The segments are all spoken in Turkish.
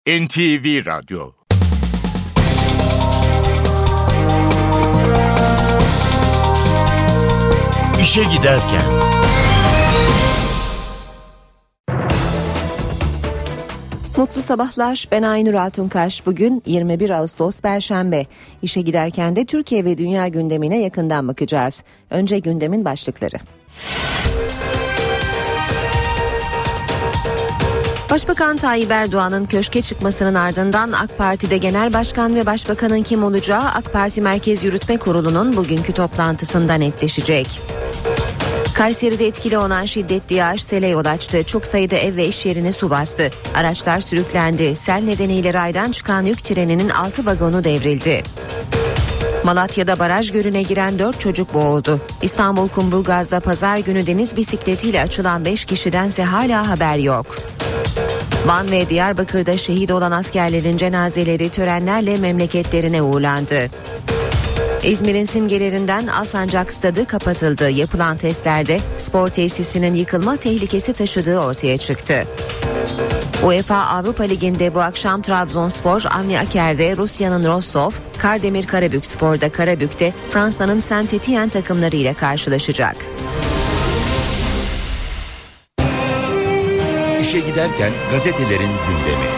NTV Radyo. İşe giderken. Mutlu sabahlar. Ben Aynur Altunkaş. Bugün 21 Ağustos Perşembe. İşe giderken de Türkiye ve dünya gündemine yakından bakacağız. Önce gündemin başlıkları. Başbakan Tayyip Erdoğan'ın köşke çıkmasının ardından AK Parti'de Genel Başkan ve Başbakanın kim olacağı AK Parti Merkez Yürütme Kurulu'nun bugünkü toplantısında netleşecek. Kayseri'de etkili olan şiddetli yağış sele yol açtı. Çok sayıda ev ve iş yerini su bastı. Araçlar sürüklendi. Sel nedeniyle raydan çıkan yük treninin 6 vagonu devrildi. Malatya'da baraj gölüne giren 4 çocuk boğuldu. İstanbul Kumburgaz'da pazar günü deniz bisikletiyle açılan 5 kişidense hala haber yok. Van ve Diyarbakır'da şehit olan askerlerin cenazeleri törenlerle memleketlerine uğurlandı. İzmir'in simgelerinden Alsancak Stadı kapatıldı. Yapılan testlerde spor tesisinin yıkılma tehlikesi taşıdığı ortaya çıktı. UEFA Avrupa Ligi'nde bu akşam Trabzonspor Avni Aker'de Rusya'nın Rostov, Kardemir Karabükspor'da Karabük'te Fransa'nın Saint-Étienne takımları ile karşılaşacak. İşe giderken gazetelerin gündemi.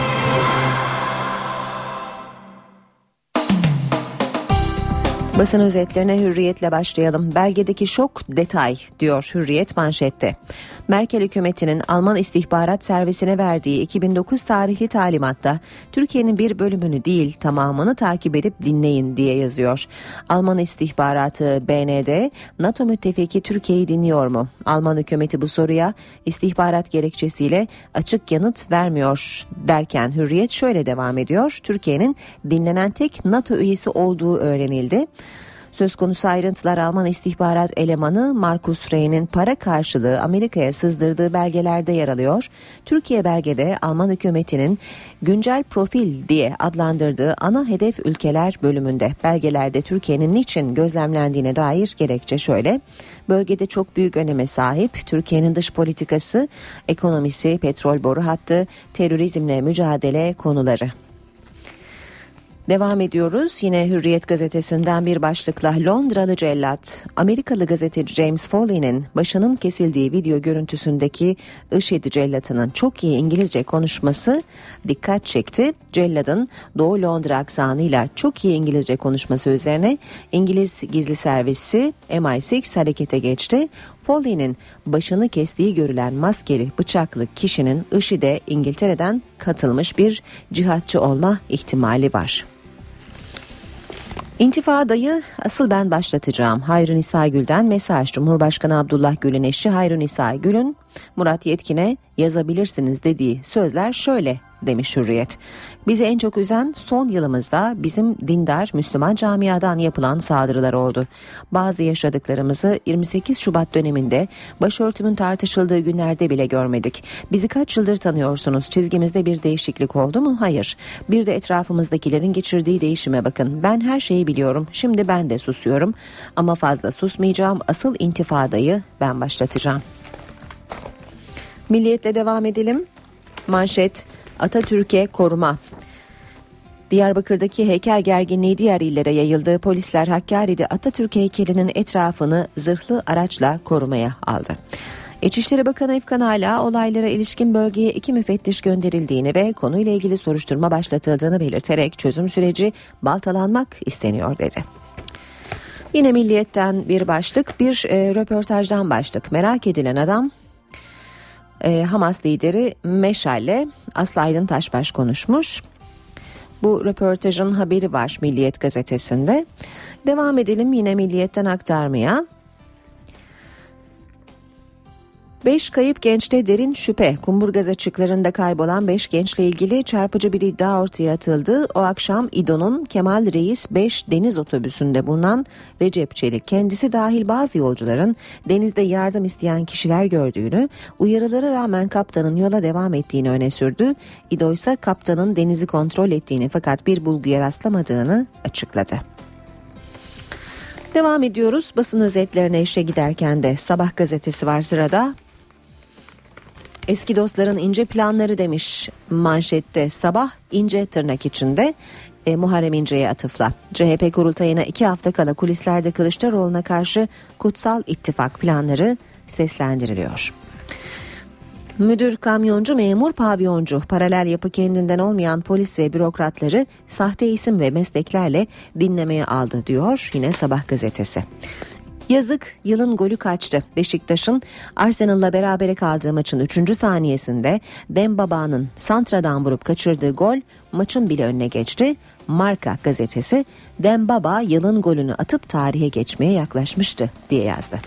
Basın özetlerine Hürriyet'le başlayalım. Belgedeki şok detay diyor Hürriyet manşette. Merkel hükümetinin Alman istihbarat servisine verdiği 2009 tarihli talimatta Türkiye'nin bir bölümünü değil tamamını takip edip dinleyin diye yazıyor. Alman istihbaratı BND, NATO müttefiki Türkiye'yi dinliyor mu? Alman hükümeti bu soruya istihbarat gerekçesiyle açık yanıt vermiyor derken Hürriyet şöyle devam ediyor. Türkiye'nin dinlenen tek NATO üyesi olduğu öğrenildi. Söz konusu ayrıntılar Alman istihbarat elemanı Markus Rey'nin para karşılığı Amerika'ya sızdırdığı belgelerde yer alıyor. Türkiye belgede Alman hükümetinin güncel profil diye adlandırdığı ana hedef ülkeler bölümünde. Belgelerde Türkiye'nin niçin gözlemlendiğine dair gerekçe şöyle. Bölgede çok büyük öneme sahip Türkiye'nin dış politikası, ekonomisi, petrol boru hattı, terörizmle mücadele konuları. Devam ediyoruz. Yine Hürriyet gazetesinden bir başlıkla Londralı cellat, Amerikalı gazeteci James Foley'nin başının kesildiği video görüntüsündeki IŞİD cellatının çok iyi İngilizce konuşması dikkat çekti. Celladın Doğu Londra aksanıyla çok iyi İngilizce konuşması üzerine İngiliz gizli servisi MI6 harekete geçti. Foley'nin başını kestiği görülen maskeli bıçaklı kişinin IŞİD'e İngiltere'den katılmış bir cihatçı olma ihtimali var. İntifadayı asıl ben başlatacağım. Hayrun İsagül'den mesaj. Cumhurbaşkanı Abdullah Gül'ün eşi Hayrun İsagül'ün Murat Yetkin'e yazabilirsiniz dediği sözler şöyle demiş Hürriyet. Bizi en çok üzen son yılımızda bizim dindar Müslüman camiadan yapılan saldırılar oldu. Bazı yaşadıklarımızı 28 Şubat döneminde başörtünün tartışıldığı günlerde bile görmedik. Bizi kaç yıldır tanıyorsunuz? Çizgimizde bir değişiklik oldu mu? Hayır. Bir de etrafımızdakilerin geçirdiği değişime bakın. Ben her şeyi biliyorum. Şimdi ben de susuyorum. Ama fazla susmayacağım. Asıl intifadayı ben başlatacağım. Milliyet'le devam edelim. Manşet Atatürk'e koruma. Diyarbakır'daki heykel gerginliği diğer illere yayıldı. Polisler Hakkari'de Atatürk heykelinin etrafını zırhlı araçla korumaya aldı. İçişleri Bakanı Efkan Ala olaylara ilişkin bölgeye 2 müfettiş gönderildiğini ve konuyla ilgili soruşturma başlatıldığını belirterek çözüm süreci baltalanmak isteniyor dedi. Yine Milliyet'ten bir başlık, bir röportajdan başlık. Merak edilen adam Hamas lideri Meşal'le Aslı Aydın Taşbaş konuşmuş. Bu röportajın haberi var Milliyet gazetesinde. Devam edelim yine Milliyet'ten aktarmaya. 5 kayıp gençte derin şüphe. Kumburgaz açıklarında kaybolan 5 gençle ilgili çarpıcı bir iddia ortaya atıldı. O akşam İDO'nun Kemal Reis 5 deniz otobüsünde bulunan Recep Çelik kendisi dahil bazı yolcuların denizde yardım isteyen kişiler gördüğünü, uyarılara rağmen kaptanın yola devam ettiğini öne sürdü. İDO ise kaptanın denizi kontrol ettiğini fakat bir bulguya rastlamadığını açıkladı. Devam ediyoruz. Basın özetlerine işe giderken de Sabah gazetesi var sırada. Eski dostların ince planları demiş manşette Sabah, ince tırnak içinde. Muharrem İnce'ye atıfla. CHP kurultayına 2 hafta kala kulislerde Kılıçdaroğlu'na karşı kutsal ittifak planları seslendiriliyor. Müdür, kamyoncu, memur, pavyoncu, paralel yapı kendinden olmayan polis ve bürokratları sahte isim ve mesleklerle dinlemeye aldı diyor yine Sabah gazetesi. Yazık, yılın golü kaçtı. Beşiktaş'ın Arsenal'la berabere kaldığı maçın 3. saniyesinde Dembaba'nın santradan vurup kaçırdığı gol maçın bile önüne geçti. Marca gazetesi Dembaba yılın golünü atıp tarihe geçmeye yaklaşmıştı diye yazdı.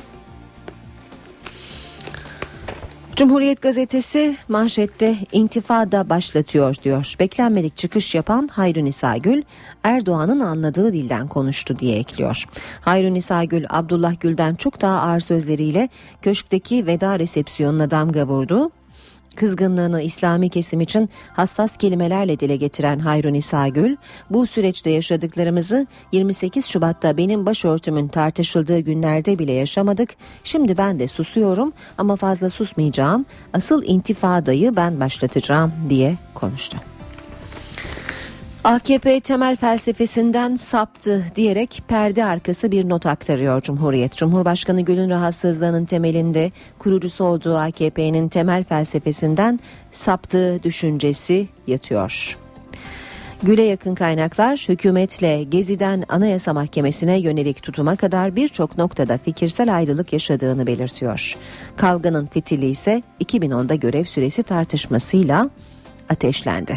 Cumhuriyet gazetesi manşette intifada başlatıyor diyor. Beklenmedik çıkış yapan Hayrunisa Gül, Erdoğan'ın anladığı dilden konuştu diye ekliyor. Hayrunisa Gül, Abdullah Gül'den çok daha ağır sözleriyle köşkteki veda resepsiyonuna damga vurdu. Kızgınlığını İslami kesim için hassas kelimelerle dile getiren Hayrunisa Gül, bu süreçte yaşadıklarımızı 28 Şubat'ta benim başörtümün tartışıldığı günlerde bile yaşamadık. Şimdi ben de susuyorum ama fazla susmayacağım. Asıl intifadayı ben başlatacağım diye konuştu. AKP temel felsefesinden saptı diyerek perde arkası bir not aktarıyor Cumhuriyet. Cumhurbaşkanı Gül'ün rahatsızlığının temelinde kurucusu olduğu AKP'nin temel felsefesinden saptığı düşüncesi yatıyor. Gül'e yakın kaynaklar hükümetle Gezi'den Anayasa Mahkemesi'ne yönelik tutuma kadar birçok noktada fikirsel ayrılık yaşadığını belirtiyor. Kavganın fitili ise 2010'da görev süresi tartışmasıyla ateşlendi.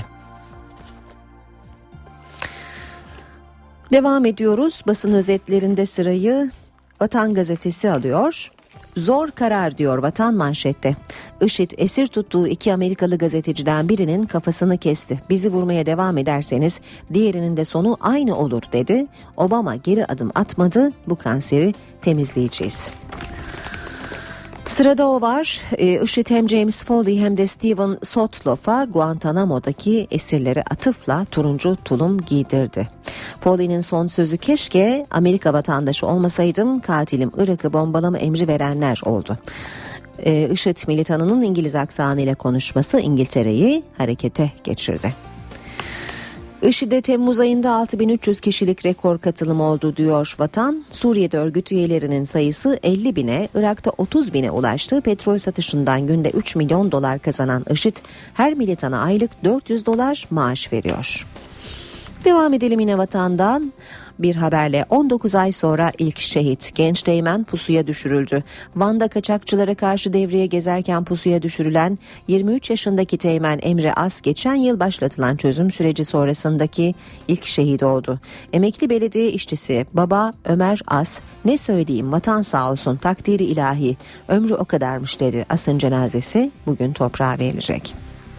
Devam ediyoruz. Basın özetlerinde sırayı Vatan gazetesi alıyor. Zor karar diyor Vatan manşette. IŞİD esir tuttuğu 2 Amerikalı gazeteciden birinin kafasını kesti. Bizi vurmaya devam ederseniz diğerinin de sonu aynı olur dedi. Obama geri adım atmadı. Bu kanseri temizleyeceğiz. Sırada o var. IŞİD hem James Foley hem de Steven Sotloff'a Guantanamo'daki esirlere atıfla turuncu tulum giydirdi. Foley'nin son sözü keşke Amerika vatandaşı olmasaydım, katilim Irak'ı bombalama emri verenler oldu. IŞİD militanının İngiliz aksanıyla konuşması İngiltere'yi harekete geçirdi. IŞİD'e Temmuz ayında 6.300 kişilik rekor katılım oldu diyor Vatan. Suriye'de örgüt üyelerinin sayısı 50.000'e, Irak'ta 30.000'e ulaştı. Petrol satışından günde 3 milyon dolar kazanan IŞİD her militana aylık $400 maaş veriyor. Devam edelim yine Vatan'dan bir haberle. 19 ay sonra ilk şehit genç teğmen pusuya düşürüldü. Van'da kaçakçılara karşı devreye gezerken pusuya düşürülen 23 yaşındaki teğmen Emre As geçen yıl başlatılan çözüm süreci sonrasındaki ilk şehit oldu. Emekli belediye işçisi baba Ömer As, ne söyleyeyim vatan sağ olsun, takdiri ilahi, ömrü o kadarmış dedi. As'ın cenazesi bugün toprağa verilecek.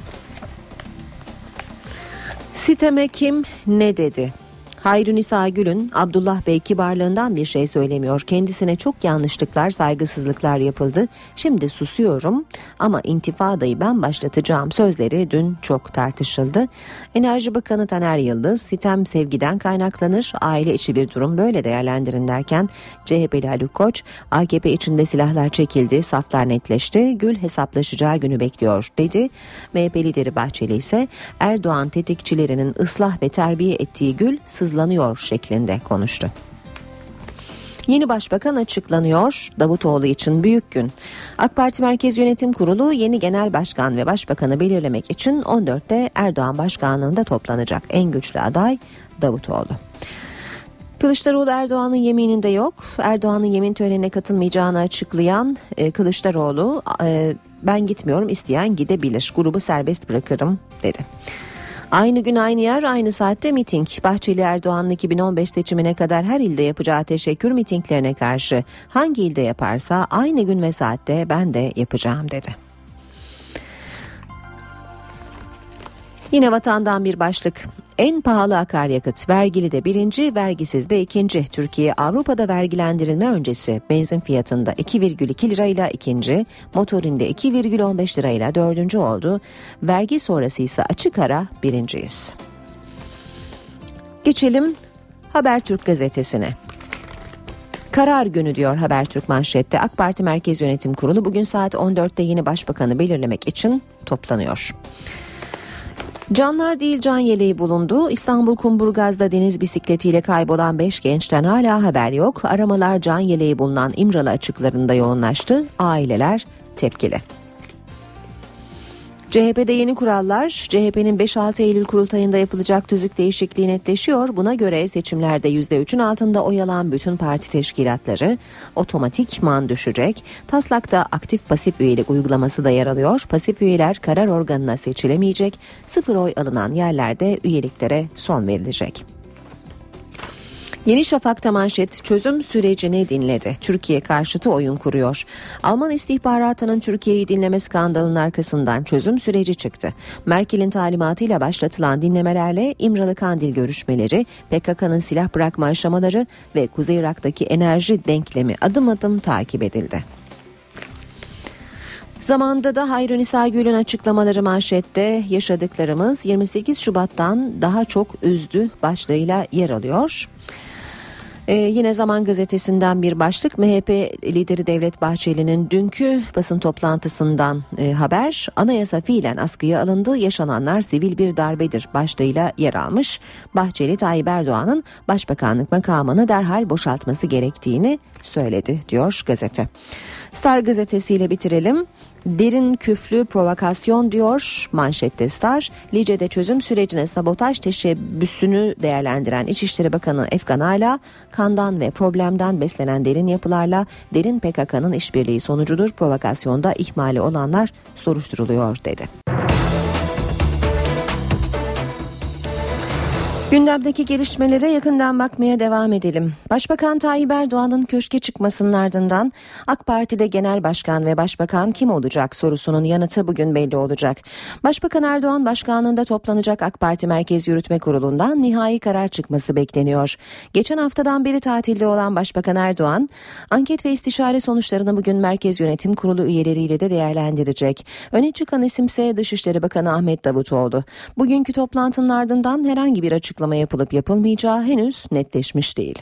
Siteme kim ne dedi? Hayrunisa Gül'ün Abdullah Bey kibarlığından bir şey söylemiyor. Kendisine çok yanlışlıklar, saygısızlıklar yapıldı. Şimdi susuyorum ama intifadayı ben başlatacağım sözleri dün çok tartışıldı. Enerji Bakanı Taner Yıldız, sitem sevgiden kaynaklanır, aile içi bir durum, böyle değerlendirin derken CHP'li Haluk Koç, AKP içinde silahlar çekildi, saflar netleşti, Gül hesaplaşacağı günü bekliyor dedi. MHP lideri Bahçeli ise Erdoğan tetikçilerinin ıslah ve terbiye ettiği Gül sızlanıyor şeklinde konuştu. Yeni başbakan açıklanıyor. Davutoğlu için büyük gün. AK Parti Merkez Yönetim Kurulu yeni genel başkan ve başbakanı belirlemek için 14'te Erdoğan başkanlığında toplanacak. En güçlü aday Davutoğlu. Kılıçdaroğlu Erdoğan'ın yemininde yok. Erdoğan'ın yemin törenine katılmayacağını açıklayan Kılıçdaroğlu, ben gitmiyorum, isteyen gidebilir, grubu serbest bırakırım dedi. Aynı gün aynı yer aynı saatte miting. Bahçeli Erdoğan'ın 2015 seçimine kadar her ilde yapacağı teşekkür mitinglerine karşı hangi ilde yaparsa aynı gün ve saatte ben de yapacağım dedi. Yine Vatan'dan bir başlık. En pahalı akaryakıt, vergili de birinci, vergisiz de ikinci. Türkiye Avrupa'da vergilendirilme öncesi benzin fiyatında 2,2 lirayla ikinci, motorinde 2,15 lirayla dördüncü oldu. Vergi sonrası ise açık ara birinciyiz. Geçelim Habertürk gazetesine. Karar günü diyor Habertürk manşette. AK Parti Merkez Yönetim Kurulu bugün saat 14'te yeni başbakanı belirlemek için toplanıyor. Canlar değil can yeleği bulundu. İstanbul Kumburgaz'da deniz bisikletiyle kaybolan 5 gençten hala haber yok. Aramalar can yeleği bulunan İmralı açıklarında yoğunlaştı. Aileler tepkili. CHP'de yeni kurallar, CHP'nin 5-6 Eylül kurultayında yapılacak tüzük değişikliği netleşiyor. Buna göre seçimlerde %3'ün altında oy alan bütün parti teşkilatları otomatikman düşecek. Taslakta aktif pasif üyelik uygulaması da yer alıyor. Pasif üyeler karar organına seçilemeyecek. 0 oy alınan yerlerde üyeliklere son verilecek. Yeni Şafak'ta manşet çözüm sürecini dinledi. Türkiye karşıtı oyun kuruyor. Alman istihbaratının Türkiye'yi dinleme skandalının arkasından çözüm süreci çıktı. Merkel'in talimatıyla başlatılan dinlemelerle İmralı Kandil görüşmeleri, PKK'nın silah bırakma aşamaları ve Kuzey Irak'taki enerji denklemi adım adım takip edildi. Zamanında da Hayrunisa Gül'ün açıklamaları manşette. Yaşadıklarımız 28 Şubat'tan daha çok üzdü başlığıyla yer alıyor. Yine Zaman Gazetesi'nden bir başlık. MHP lideri Devlet Bahçeli'nin dünkü basın toplantısından haber. Anayasa fiilen askıya alındı, yaşananlar sivil bir darbedir başlığıyla yer almış. Bahçeli, Tayyip Erdoğan'ın başbakanlık makamını derhal boşaltması gerektiğini söyledi diyor gazete. Star gazetesiyle bitirelim. Derin küflü provokasyon diyor manşette Star. Lice'de çözüm sürecine sabotaj teşebbüsünü değerlendiren İçişleri Bakanı Efkan Ala, kandan ve problemden beslenen derin yapılarla derin PKK'nın işbirliği sonucudur. Provokasyonda ihmali olanlar soruşturuluyor dedi. Gündemdeki gelişmelere yakından bakmaya devam edelim. Başbakan Tayyip Erdoğan'ın köşke çıkmasının ardından AK Parti'de genel başkan ve başbakan kim olacak sorusunun yanıtı bugün belli olacak. Başbakan Erdoğan başkanlığında toplanacak AK Parti Merkez Yürütme Kurulu'ndan nihai karar çıkması bekleniyor. Geçen haftadan beri tatilde olan Başbakan Erdoğan, anket ve istişare sonuçlarını bugün Merkez Yönetim Kurulu üyeleriyle de değerlendirecek. Öne çıkan isimse Dışişleri Bakanı Ahmet Davutoğlu. Bugünkü toplantının ardından herhangi bir açıklama yapılıp yapılmayacağı henüz netleşmiş değil.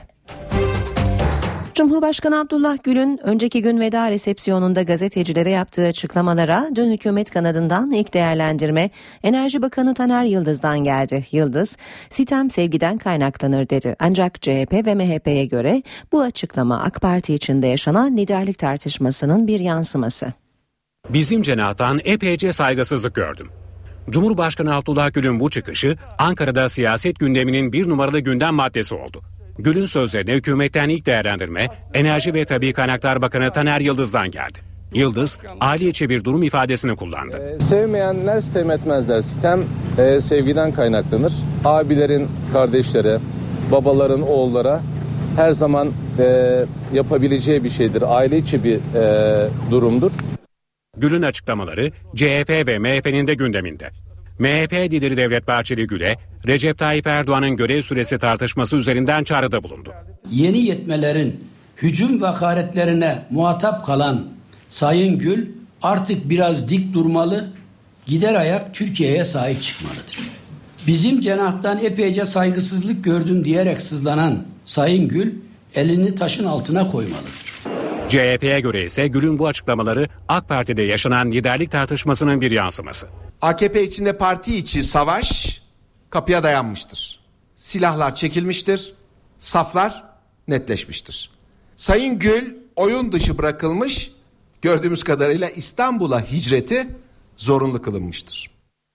Cumhurbaşkanı Abdullah Gül'ün önceki gün veda resepsiyonunda gazetecilere yaptığı açıklamalara dün hükümet kanadından ilk değerlendirme Enerji Bakanı Taner Yıldız'dan geldi. Yıldız, sitem sevgiden kaynaklanır dedi. Ancak CHP ve MHP'ye göre bu açıklama AK Parti içinde yaşanan liderlik tartışmasının bir yansıması. Bizim cenahtan epeyce saygısızlık gördüm. Cumhurbaşkanı Abdullah Gül'ün bu çıkışı Ankara'da siyaset gündeminin bir numaralı gündem maddesi oldu. Gül'ün sözlerine hükümetten ilk değerlendirme Enerji ve Tabii Kaynaklar Bakanı Taner Yıldız'dan geldi. Yıldız, aile içi bir durum ifadesini kullandı. Sevmeyenler sitem etmezler. Sitem sevgiden kaynaklanır. Abilerin kardeşlere, babaların oğullara her zaman yapabileceği bir şeydir. Aile içi bir durumdur. Gül'ün açıklamaları CHP ve MHP'nin de gündeminde. MHP lideri Devlet Bahçeli Gül'e Recep Tayyip Erdoğan'ın görev süresi tartışması üzerinden çağrıda bulundu. Yeni yetmelerin hücum ve hakaretlerine muhatap kalan Sayın Gül artık biraz dik durmalı, gider ayak Türkiye'ye sahip çıkmalıdır. Bizim cenahtan epeyce saygısızlık gördüm diyerek sızlanan Sayın Gül elini taşın altına koymalıdır. CHP'ye göre ise Gül'ün bu açıklamaları AK Parti'de yaşanan liderlik tartışmasının bir yansıması. AKP içinde parti içi savaş kapıya dayanmıştır. Silahlar çekilmiştir, saflar netleşmiştir. Sayın Gül oyun dışı bırakılmış, gördüğümüz kadarıyla İstanbul'a hicreti zorunlu kılınmıştır.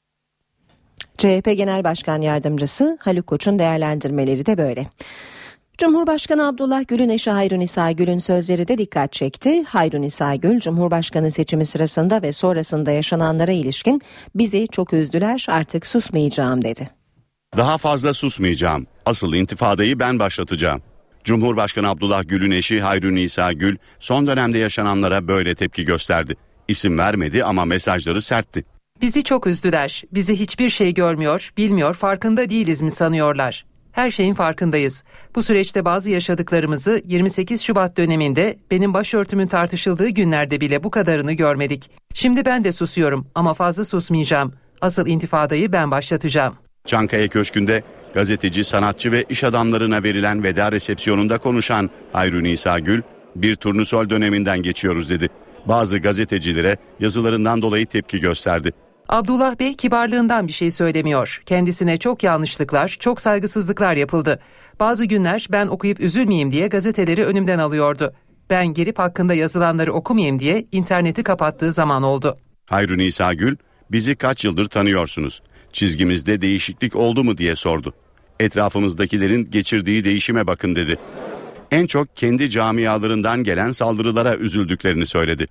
CHP Genel Başkan Yardımcısı Haluk Koç'un değerlendirmeleri de böyle. Cumhurbaşkanı Abdullah Gül'ün eşi Hayrunisa Gül'ün sözleri de dikkat çekti. Hayrunisa Gül, Cumhurbaşkanı seçimi sırasında ve sonrasında yaşananlara ilişkin bizi çok üzdüler, artık susmayacağım dedi. Daha fazla susmayacağım. Asıl intifadayı ben başlatacağım. Cumhurbaşkanı Abdullah Gül'ün eşi Hayrunisa Gül son dönemde yaşananlara böyle tepki gösterdi. İsim vermedi ama mesajları sertti. Bizi çok üzdüler. Bizi hiçbir şey görmüyor, bilmiyor, farkında değiliz mi sanıyorlar? Her şeyin farkındayız. Bu süreçte bazı yaşadıklarımızı 28 Şubat döneminde benim başörtümün tartışıldığı günlerde bile bu kadarını görmedik. Şimdi ben de susuyorum ama fazla susmayacağım. Asıl intifadayı ben başlatacağım. Çankaya Köşkü'nde Gazeteci, sanatçı ve iş adamlarına verilen veda resepsiyonunda konuşan Hayru Nisa Gül, bir turnusol döneminden geçiyoruz dedi. Bazı gazetecilere yazılarından dolayı tepki gösterdi. Abdullah Bey kibarlığından bir şey söylemiyor. Kendisine çok yanlışlıklar, çok saygısızlıklar yapıldı. Bazı günler ben okuyup üzülmeyeyim diye gazeteleri önümden alıyordu. Ben girip hakkında yazılanları okumayayım diye interneti kapattığı zaman oldu. Hayru Nisa Gül, bizi kaç yıldır tanıyorsunuz? Çizgimizde değişiklik oldu mu diye sordu. Etrafımızdakilerin geçirdiği değişime bakın dedi. En çok kendi camialarından gelen saldırılara üzüldüklerini söyledi.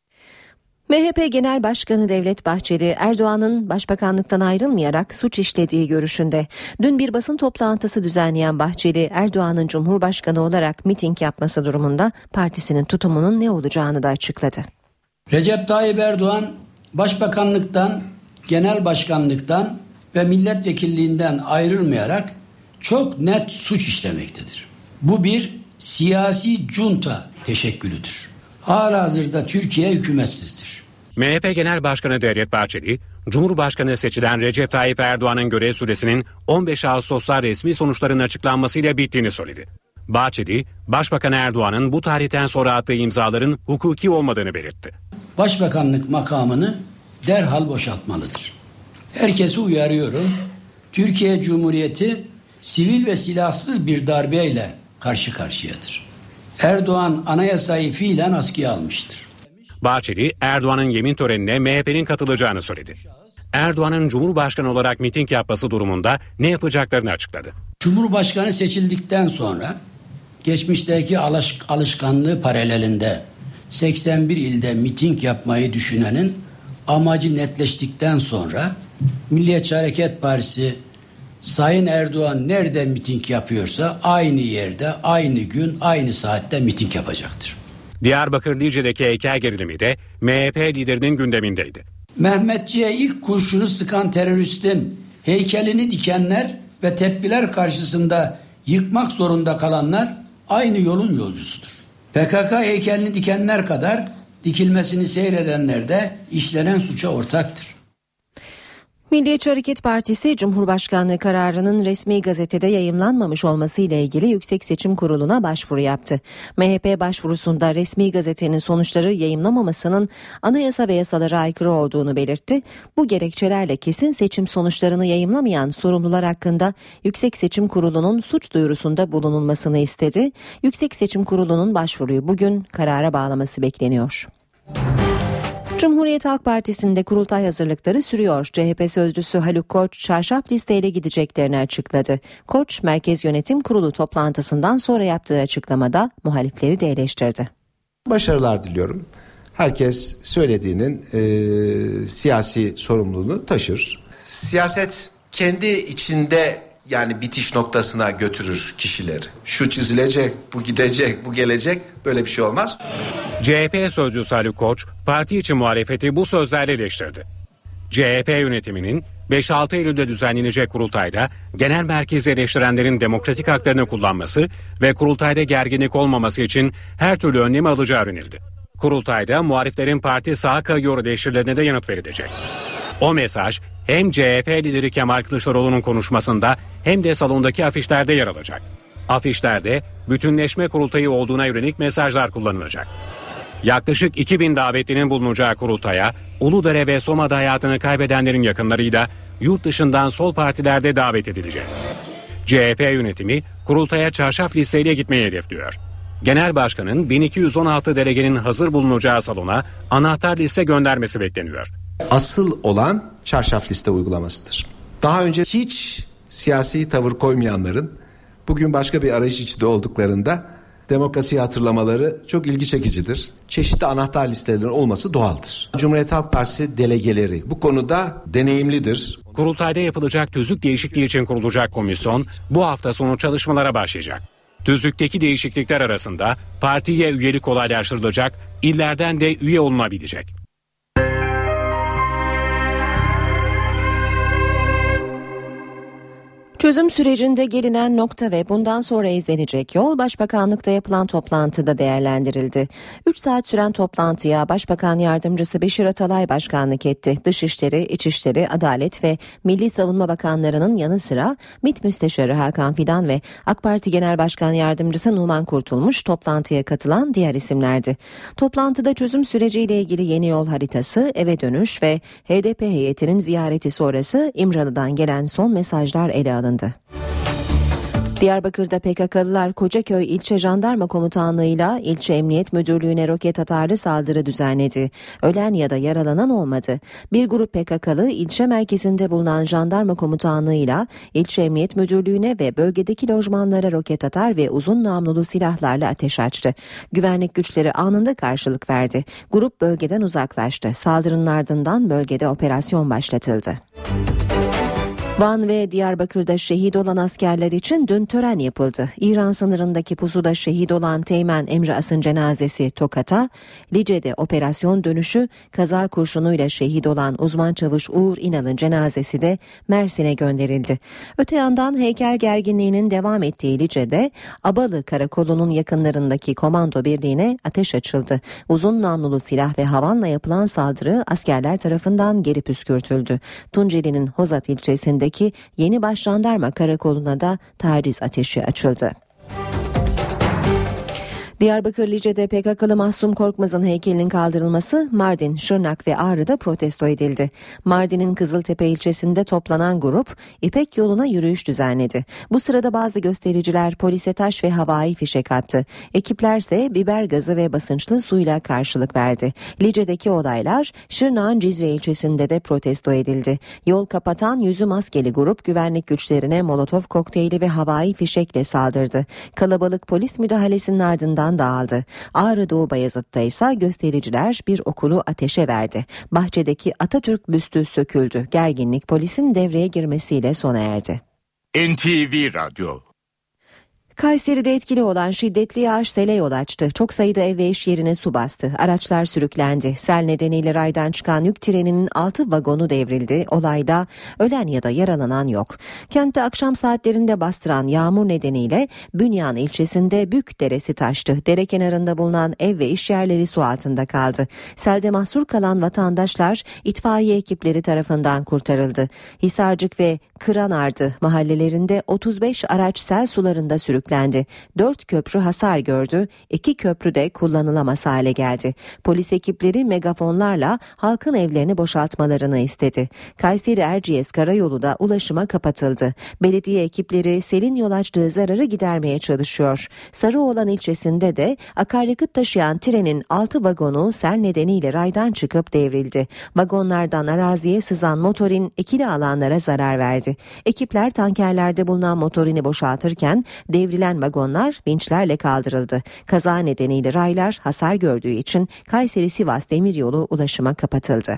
MHP Genel Başkanı Devlet Bahçeli, Erdoğan'ın başbakanlıktan ayrılmayarak suç işlediği görüşünde. Dün bir basın toplantısı düzenleyen Bahçeli, Erdoğan'ın Cumhurbaşkanı olarak miting yapması durumunda partisinin tutumunun ne olacağını da açıkladı. Recep Tayyip Erdoğan başbakanlıktan, genel başkanlıktan ve milletvekilliğinden ayrılmayarak çok net suç işlemektedir. Bu bir siyasi junta teşekkülüdür. Halihazırda Türkiye hükümetsizdir. MHP Genel Başkanı Devlet Bahçeli, Cumhurbaşkanı seçilen Recep Tayyip Erdoğan'ın görev süresinin 15 Ağustos'ta resmi sonuçlarının açıklanmasıyla bittiğini söyledi. Bahçeli, Başbakan Erdoğan'ın bu tarihten sonra attığı imzaların hukuki olmadığını belirtti. Başbakanlık makamını derhal boşaltmalıdır. Herkesi uyarıyorum. Türkiye Cumhuriyeti sivil ve silahsız bir darbeyle karşı karşıyadır. Erdoğan anayasayı fiilen askıya almıştır. Bahçeli, Erdoğan'ın yemin törenine MHP'nin katılacağını söyledi. Erdoğan'ın Cumhurbaşkanı olarak miting yapması durumunda ne yapacaklarını açıkladı. Cumhurbaşkanı seçildikten sonra geçmişteki alışkanlığı paralelinde 81 ilde miting yapmayı düşünenin amacı netleştikten sonra Milliyetçi Hareket Partisi Sayın Erdoğan nerede miting yapıyorsa aynı yerde, aynı gün, aynı saatte miting yapacaktır. Diyarbakır Lice'deki heykel gerilimi de MHP liderinin gündemindeydi. Mehmetçiğe ilk kurşunu sıkan teröristin heykelini dikenler ve tepkiler karşısında yıkmak zorunda kalanlar aynı yolun yolcusudur. PKK heykelini dikenler kadar dikilmesini seyredenler de işlenen suça ortaktır. Milliyetçi Hareket Partisi, Cumhurbaşkanlığı kararının resmi gazetede yayımlanmamış olması ile ilgili Yüksek Seçim Kurulu'na başvuru yaptı. MHP başvurusunda resmi gazetenin sonuçları yayımlamamasının anayasa ve yasalara aykırı olduğunu belirtti. Bu gerekçelerle kesin seçim sonuçlarını yayımlamayan sorumlular hakkında Yüksek Seçim Kurulu'nun suç duyurusunda bulunulmasını istedi. Yüksek Seçim Kurulu'nun başvuruyu bugün karara bağlaması bekleniyor. Cumhuriyet Halk Partisi'nde kurultay hazırlıkları sürüyor. CHP sözcüsü Haluk Koç çarşaf listeyle gideceklerini açıkladı. Koç, Merkez Yönetim Kurulu toplantısından sonra yaptığı açıklamada muhalifleri de eleştirdi. Başarılar diliyorum. Herkes söylediğinin siyasi sorumluluğunu taşır. Siyaset kendi içinde yani bitiş noktasına götürür kişileri. Şu çizilecek, bu gidecek, bu gelecek, böyle bir şey olmaz. CHP sözcüsü Haluk Koç, parti içi muhalefeti bu sözlerle eleştirdi. CHP yönetiminin 5-6 Eylül'de düzenlenecek kurultayda genel merkezi eleştirenlerin demokratik haklarını kullanması ve kurultayda gerginlik olmaması için her türlü önlemi alacağı önerildi. Kurultayda muhaliflerin parti sağa kayıyor eleştirilerine de yanıt verilecek. O mesaj hem CHP lideri Kemal Kılıçdaroğlu'nun konuşmasında hem de salondaki afişlerde yer alacak. Afişlerde bütünleşme kurultayı olduğuna yönelik mesajlar kullanılacak. Yaklaşık 2000 davetlinin bulunacağı kurultaya Uludere ve Soma'da hayatını kaybedenlerin yakınlarıyla yurt dışından sol partilerde davet edilecek. CHP yönetimi kurultaya çarşaf listeyle gitmeyi hedefliyor. Genel Başkan'ın 1216 delegenin hazır bulunacağı salona anahtar liste göndermesi bekleniyor. Asıl olan çarşaf liste uygulamasıdır. Daha önce hiç siyasi tavır koymayanların bugün başka bir arayış içinde olduklarında demokrasiyi hatırlamaları çok ilgi çekicidir. Çeşitli anahtar listelerin olması doğaldır. Cumhuriyet Halk Partisi delegeleri bu konuda deneyimlidir. Kurultayda yapılacak tüzük değişikliği için kurulacak komisyon bu hafta sonu çalışmalara başlayacak. Tüzükteki değişiklikler arasında partiye üyelik kolaylaştırılacak, illerden de üye olunabilecek. Çözüm sürecinde gelinen nokta ve bundan sonra izlenecek yol Başbakanlıkta yapılan toplantıda değerlendirildi. 3 saat süren toplantıya Başbakan Yardımcısı Beşir Atalay başkanlık etti. Dışişleri, İçişleri, Adalet ve Milli Savunma Bakanlarının yanı sıra MİT Müsteşarı Hakan Fidan ve AK Parti Genel Başkan Yardımcısı Numan Kurtulmuş toplantıya katılan diğer isimlerdi. Toplantıda çözüm süreciyle ilgili yeni yol haritası, eve dönüş ve HDP heyetinin ziyareti sonrası İmralı'dan gelen son mesajlar ele alındı. Diyarbakır'da PKK'lılar Kocaköy İlçe Jandarma Komutanlığı'yla İlçe Emniyet Müdürlüğü'ne roket atarlı saldırı düzenledi. Ölen ya da yaralanan olmadı. Bir grup PKK'lı ilçe merkezinde bulunan Jandarma Komutanlığı'yla İlçe Emniyet Müdürlüğü'ne ve bölgedeki lojmanlara roket atar ve uzun namlulu silahlarla ateş açtı. Güvenlik güçleri anında karşılık verdi. Grup bölgeden uzaklaştı. Saldırının ardından bölgede operasyon başlatıldı. Van ve Diyarbakır'da şehit olan askerler için dün tören yapıldı. İran sınırındaki pusuda şehit olan Teğmen Emre As'ın cenazesi Tokat'a, Lice'de operasyon dönüşü kaza kurşunuyla şehit olan uzman çavuş Uğur İnal'ın cenazesi de Mersin'e gönderildi. Öte yandan heykel gerginliğinin devam ettiği Lice'de Abalı Karakolu'nun yakınlarındaki komando birliğine ateş açıldı. Uzun namlulu silah ve havanla yapılan saldırı askerler tarafından geri püskürtüldü. Tunceli'nin Hozat ilçesindeki Yeni Başjandarma Karakolu'na da taciz ateşi açıldı. Diyarbakır Lice'de PKK'lı Mahsum Korkmaz'ın heykelinin kaldırılması Mardin, Şırnak ve Ağrı'da protesto edildi. Mardin'in Kızıltepe ilçesinde toplanan grup İpek yoluna yürüyüş düzenledi. Bu sırada bazı göstericiler polise taş ve havai fişek attı. Ekiplerse biber gazı ve basınçlı suyla karşılık verdi. Lice'deki olaylar Şırnak'ın Cizre ilçesinde de protesto edildi. Yol kapatan yüzü maskeli grup güvenlik güçlerine molotof kokteyli ve havai fişekle saldırdı. Kalabalık polis müdahalesinin ardından dağıldı. Ağrı Doğu Bayazıt'ta ise göstericiler bir okulu ateşe verdi. Bahçedeki Atatürk büstü söküldü. Gerginlik polisin devreye girmesiyle sona erdi. NTV Radyo. Kayseri'de etkili olan şiddetli yağış sele yol açtı. Çok sayıda ev ve iş yerine su bastı. Araçlar sürüklendi. Sel nedeniyle raydan çıkan yük treninin 6 vagonu devrildi. Olayda ölen ya da yaralanan yok. Kentte akşam saatlerinde bastıran yağmur nedeniyle Bünyan ilçesinde Bük Deresi taştı. Dere kenarında bulunan ev ve iş yerleri su altında kaldı. Selde mahsur kalan vatandaşlar itfaiye ekipleri tarafından kurtarıldı. Hisarcık ve Kıranardı mahallelerinde 35 araç sel sularında sürüklendi. 4 köprü hasar gördü. 2 köprü de kullanılamaz hale geldi. Polis ekipleri megafonlarla halkın evlerini boşaltmalarını istedi. Kayseri-Erciyes karayolu da ulaşıma kapatıldı. Belediye ekipleri selin yol açtığı zararı gidermeye çalışıyor. Sarıoğlan ilçesinde de akaryakıt taşıyan trenin 6 vagonu sel nedeniyle raydan çıkıp devrildi. Vagonlardan araziye sızan motorin ekili alanlara zarar verdi. Ekipler tankerlerde bulunan motorini boşaltırken devrilen vagonlar vinçlerle kaldırıldı. Kaza nedeniyle raylar hasar gördüğü için Kayseri-Sivas demiryolu ulaşıma kapatıldı.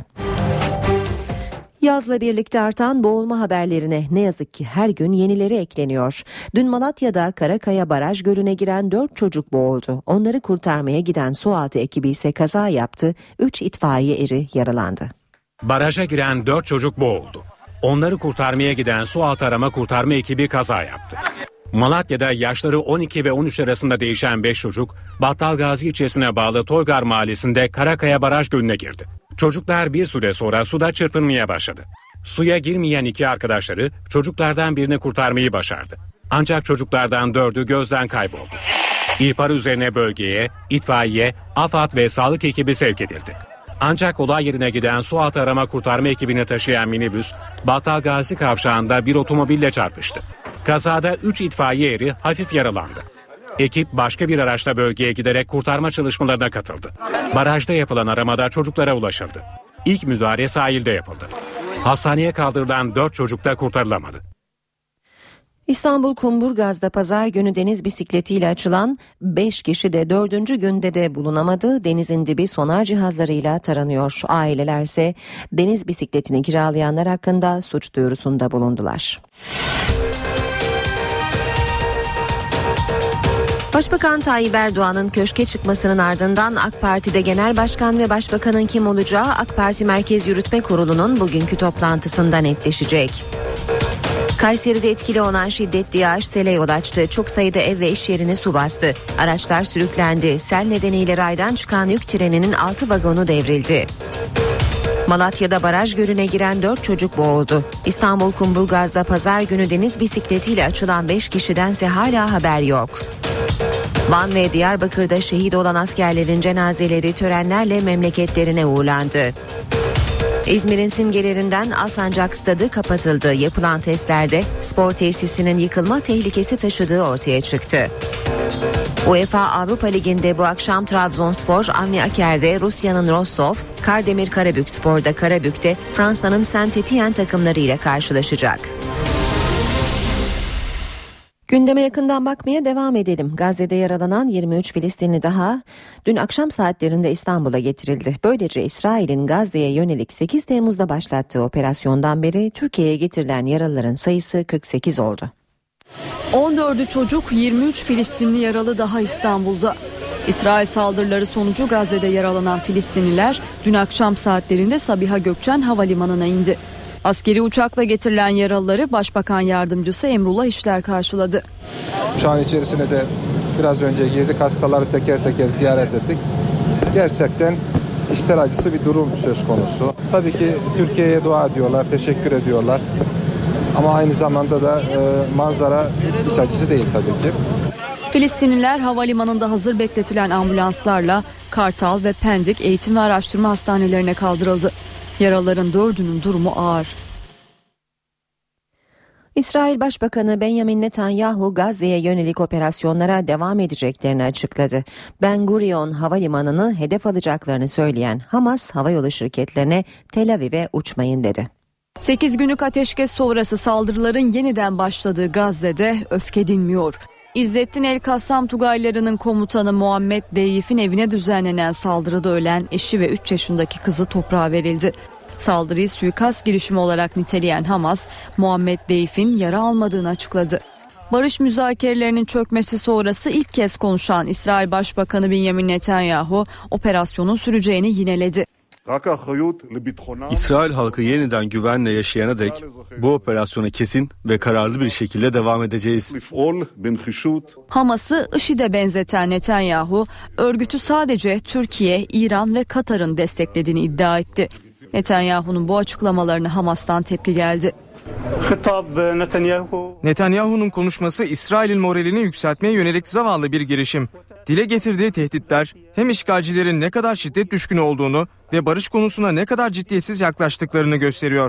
Yazla birlikte artan boğulma haberlerine ne yazık ki her gün yenileri ekleniyor. Dün Malatya'da Karakaya Baraj Gölü'ne giren 4 çocuk boğuldu. Onları kurtarmaya giden sualtı ekibi ise kaza yaptı. 3 itfaiye eri yaralandı. Baraja giren 4 çocuk boğuldu. Onları kurtarmaya giden sualtı arama kurtarma ekibi kaza yaptı. Malatya'da yaşları 12 ve 13 arasında değişen 5 çocuk Battalgazi ilçesine bağlı Toygar mahallesinde Karakaya Baraj Gölü'ne girdi. Çocuklar bir süre sonra suda çırpınmaya başladı. Suya girmeyen 2 arkadaşları çocuklardan birini kurtarmayı başardı. Ancak çocuklardan 4'ü gözden kayboldu. İhbar üzerine bölgeye itfaiye, AFAD ve sağlık ekibi sevk edildi. Ancak olay yerine giden sualtı arama kurtarma ekibini taşıyan minibüs Battalgazi kavşağında bir otomobille çarpıştı. Kazada 3 itfaiye eri hafif yaralandı. Ekip başka bir araçla bölgeye giderek kurtarma çalışmalarına katıldı. Barajda yapılan aramada çocuklara ulaşıldı. İlk müdahale sahilde yapıldı. Hastaneye kaldırılan 4 çocuk da kurtarılamadı. İstanbul Kumburgaz'da pazar günü deniz bisikletiyle açılan 5 kişi de 4. günde de bulunamadı. Denizin dibi sonar cihazlarıyla taranıyor. Ailelerse deniz bisikletini kiralayanlar hakkında suç duyurusunda bulundular. Başbakan Tayyip Erdoğan'ın köşke çıkmasının ardından AK Parti'de Genel Başkan ve Başbakanın kim olacağı AK Parti Merkez Yürütme Kurulu'nun bugünkü toplantısında netleşecek. Kayseri'de etkili olan şiddetli yağış sele yol açtı. Çok sayıda ev ve iş yerini su bastı. Araçlar sürüklendi. Sel nedeniyle raydan çıkan yük treninin 6 vagonu devrildi. Malatya'da baraj gölüne giren 4 çocuk boğuldu. İstanbul Kumburgaz'da pazar günü deniz bisikletiyle açılan 5 kişidense hala haber yok. Van ve Diyarbakır'da şehit olan askerlerin cenazeleri törenlerle memleketlerine uğurlandı. İzmir'in simgelerinden Alsancak Stadı kapatıldı. Yapılan testlerde spor tesisinin yıkılma tehlikesi taşıdığı ortaya çıktı. UEFA Avrupa Ligi'nde bu akşam Trabzonspor Avni Aker'de Rusya'nın Rostov, Kardemir Karabükspor'da Karabük'te Fransa'nın Saint-Étienne takımlarıyla karşılaşacak. Gündeme yakından bakmaya devam edelim. Gazze'de yaralanan 23 Filistinli daha dün akşam saatlerinde İstanbul'a getirildi. Böylece İsrail'in Gazze'ye yönelik 8 Temmuz'da başlattığı operasyondan beri Türkiye'ye getirilen yaralıların sayısı 48 oldu. 14'ü çocuk, 23 Filistinli yaralı daha İstanbul'da. İsrail saldırıları sonucu Gazze'de yaralanan Filistinliler dün akşam saatlerinde Sabiha Gökçen Havalimanı'na indi. Askeri uçakla getirilen yaralıları Başbakan Yardımcısı Emrullah İşler karşıladı. Uçağın içerisine de biraz önce girdik, hastaları teker teker ziyaret ettik. Gerçekten içler acısı bir durum söz konusu. Tabii ki Türkiye'ye dua ediyorlar, teşekkür ediyorlar. Ama aynı zamanda da manzara iç açıcı değil tabii ki. Filistinliler havalimanında hazır bekletilen ambulanslarla Kartal ve Pendik Eğitim ve Araştırma Hastanelerine kaldırıldı. Yaralıların 4'ünün durumu ağır. İsrail Başbakanı Benjamin Netanyahu Gazze'ye yönelik operasyonlara devam edeceklerini açıkladı. Ben Gurion Havalimanı'nı hedef alacaklarını söyleyen Hamas havayolu şirketlerine Tel Aviv'e uçmayın dedi. 8 günlük ateşkes sonrası saldırıların yeniden başladığı Gazze'de öfke dinmiyor. İzzettin El-Kassam Tugayları'nın komutanı Muhammed Deyif'in evine düzenlenen saldırıda ölen eşi ve 3 yaşındaki kızı toprağa verildi. Saldırıyı suikast girişimi olarak niteleyen Hamas, Muhammed Deyif'in yara almadığını açıkladı. Barış müzakerelerinin çökmesi sonrası ilk kez konuşan İsrail Başbakanı Benjamin Netanyahu operasyonun süreceğini yineledi. İsrail halkı yeniden güvenle yaşayana dek bu operasyona kesin ve kararlı bir şekilde devam edeceğiz. Hamas'ı IŞİD'e benzeten Netanyahu, örgütü sadece Türkiye, İran ve Katar'ın desteklediğini iddia etti. Netanyahu'nun bu açıklamalarına Hamas'tan tepki geldi. Netanyahu'nun konuşması İsrail'in moralini yükseltmeye yönelik zavallı bir girişim. Dile getirdiği tehditler hem işgalcilerin ne kadar şiddet düşkünü olduğunu ve barış konusuna ne kadar ciddiyetsiz yaklaştıklarını gösteriyor.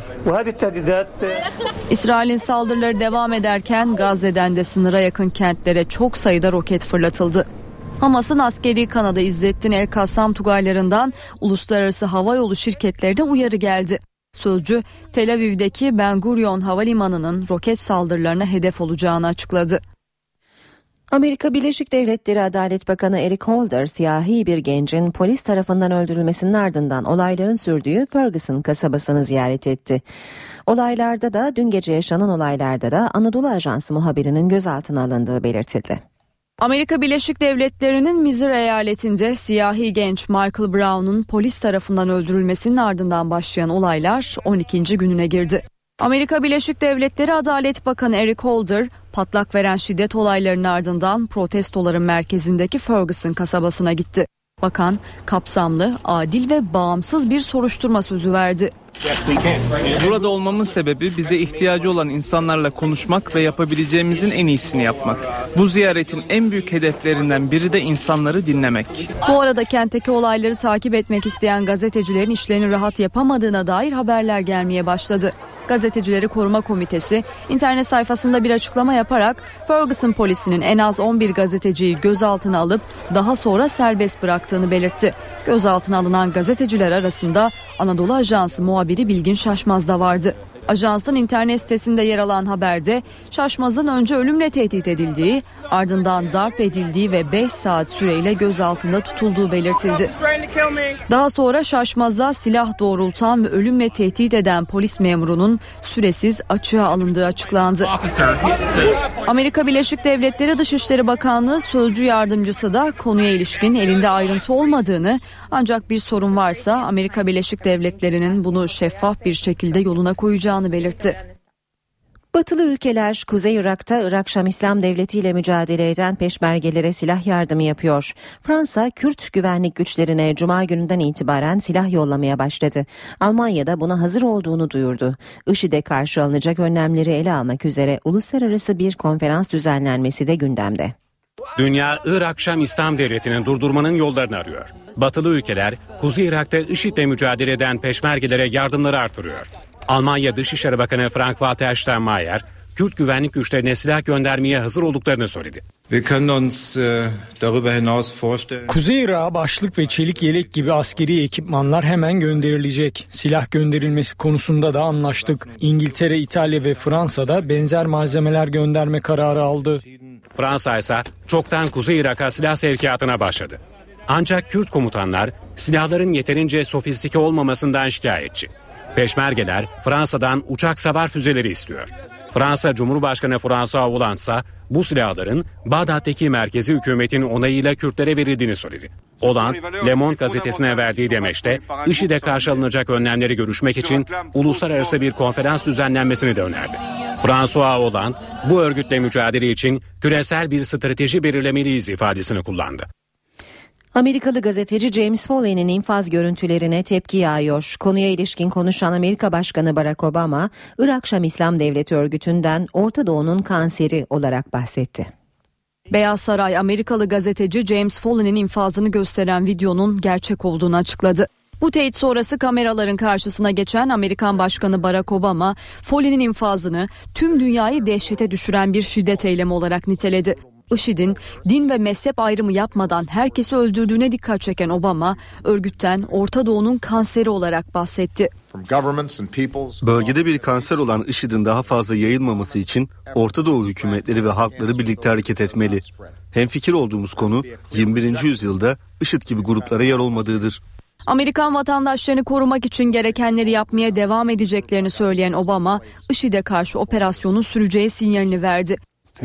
İsrail'in saldırıları devam ederken Gazze'den de sınıra yakın kentlere çok sayıda roket fırlatıldı. Hamas'ın askeri kanadı İzzettin El-Kassam Tugaylarından uluslararası havayolu şirketlerine uyarı geldi. Sözcü, Tel Aviv'deki Ben Gurion Havalimanı'nın roket saldırılarına hedef olacağını açıkladı. Amerika Birleşik Devletleri Adalet Bakanı Eric Holder, siyahi bir gencin polis tarafından öldürülmesinin ardından olayların sürdüğü Ferguson kasabasını ziyaret etti. Dün gece yaşanan olaylarda da Anadolu Ajansı muhabirinin gözaltına alındığı belirtildi. Amerika Birleşik Devletleri'nin Missouri eyaletinde siyahi genç Michael Brown'un polis tarafından öldürülmesinin ardından başlayan olaylar 12. gününe girdi. Amerika Birleşik Devletleri Adalet Bakanı Eric Holder, patlak veren şiddet olaylarının ardından protestoların merkezindeki Ferguson kasabasına gitti. Bakan, kapsamlı, adil ve bağımsız bir soruşturma sözü verdi. Burada olmamın sebebi bize ihtiyacı olan insanlarla konuşmak ve yapabileceğimizin en iyisini yapmak. Bu ziyaretin en büyük hedeflerinden biri de insanları dinlemek. Bu arada kentteki olayları takip etmek isteyen gazetecilerin işlerini rahat yapamadığına dair haberler gelmeye başladı. Gazetecileri Koruma Komitesi internet sayfasında bir açıklama yaparak Ferguson polisinin en az 11 gazeteciyi gözaltına alıp daha sonra serbest bıraktığını belirtti. Gözaltına alınan gazeteciler arasında Anadolu Ajansı muhabiri Bilgin Şaşmaz da vardı. Ajansın internet sitesinde yer alan haberde Şaşmaz'ın önce ölümle tehdit edildiği, ardından darp edildiği ve 5 saat süreyle gözaltında tutulduğu belirtildi. Daha sonra Şaşmaz'a silah doğrultan ve ölümle tehdit eden polis memurunun süresiz açığa alındığı açıklandı. Amerika Birleşik Devletleri Dışişleri Bakanlığı Sözcü Yardımcısı da konuya ilişkin elinde ayrıntı olmadığını, ancak bir sorun varsa Amerika Birleşik Devletleri'nin bunu şeffaf bir şekilde yoluna koyacağını belirtti. Batılı ülkeler Kuzey Irak'ta Irak Şam İslam Devleti ile mücadele eden peşmergelere silah yardımı yapıyor. Fransa, Kürt güvenlik güçlerine Cuma gününden itibaren silah yollamaya başladı. Almanya da buna hazır olduğunu duyurdu. IŞİD'e karşı alınacak önlemleri ele almak üzere uluslararası bir konferans düzenlenmesi de gündemde. Dünya, Irak Şam İslam Devleti'nin durdurmanın yollarını arıyor. Batılı ülkeler, Kuzey Irak'ta IŞİD'le mücadele eden peşmergelere yardımları artırıyor. Almanya Dışişleri Bakanı Frank-Walter Steinmeier, Kürt güvenlik güçlerine silah göndermeye hazır olduklarını söyledi. Kuzey Irak'a başlık ve çelik yelek gibi askeri ekipmanlar hemen gönderilecek. Silah gönderilmesi konusunda da anlaştık. İngiltere, İtalya ve Fransa da benzer malzemeler gönderme kararı aldı. Fransa ise çoktan Kuzey Irak'a silah sevkiyatına başladı. Ancak Kürt komutanlar silahların yeterince sofistike olmamasından şikayetçi. Peşmergeler Fransa'dan uçak savar füzeleri istiyor. Fransa Cumhurbaşkanı François Hollande ise bu silahların Bağdat'taki merkezi hükümetin onayıyla Kürtlere verildiğini söyledi. Hollande, Le Monde gazetesine verdiği demeçte IŞİD'e karşı alınacak önlemleri görüşmek için uluslararası bir konferans düzenlenmesini de önerdi. François Hollande, bu örgütle mücadele için küresel bir strateji belirlemeliyiz ifadesini kullandı. Amerikalı gazeteci James Foley'nin infaz görüntülerine tepki yağıyor. Konuya ilişkin konuşan Amerika Başkanı Barack Obama, Irak Şam İslam Devleti örgütünden Orta Doğu'nun kanseri olarak bahsetti. Beyaz Saray, Amerikalı gazeteci James Foley'nin infazını gösteren videonun gerçek olduğunu açıkladı. Bu teyit sonrası kameraların karşısına geçen Amerikan Başkanı Barack Obama, Foley'nin infazını tüm dünyayı dehşete düşüren bir şiddet eylemi olarak niteledi. IŞİD'in din ve mezhep ayrımı yapmadan herkesi öldürdüğüne dikkat çeken Obama, örgütten Orta Doğu'nun kanseri olarak bahsetti. Bölgede bir kanser olan IŞİD'in daha fazla yayılmaması için Orta Doğu hükümetleri ve halkları birlikte hareket etmeli. Hemfikir olduğumuz konu 21. yüzyılda IŞİD gibi gruplara yer olmadığıdır. Amerikan vatandaşlarını korumak için gerekenleri yapmaya devam edeceklerini söyleyen Obama, IŞİD'e karşı operasyonun süreceği sinyalini verdi.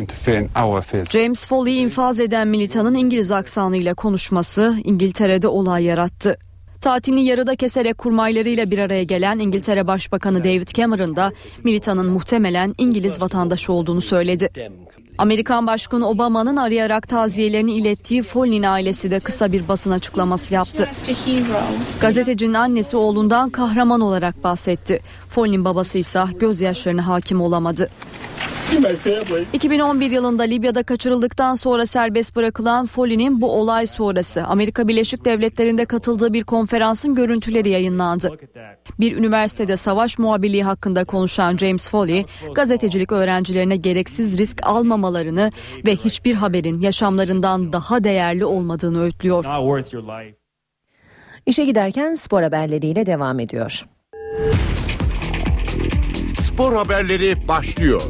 James Foley'i infaz eden militanın İngiliz aksanıyla konuşması İngiltere'de olay yarattı. Tatilini yarıda keserek kurmaylarıyla bir araya gelen İngiltere Başbakanı David Cameron da militanın muhtemelen İngiliz vatandaşı olduğunu söyledi. Amerikan Başkanı Obama'nın arayarak taziyelerini ilettiği Foley'nin ailesi de kısa bir basın açıklaması yaptı. Gazetecinin annesi oğlundan kahraman olarak bahsetti. Foley'nin babası ise gözyaşlarına hakim olamadı. 2011 yılında Libya'da kaçırıldıktan sonra serbest bırakılan Foley'nin bu olay sonrası Amerika Birleşik Devletleri'nde katıldığı bir konferansın görüntüleri yayınlandı. Bir üniversitede savaş muhabirliği hakkında konuşan James Foley, gazetecilik öğrencilerine gereksiz risk almamalarını ve hiçbir haberin yaşamlarından daha değerli olmadığını öğütlüyor. İşe giderken spor haberleriyle devam ediyor. Spor haberleri başlıyor.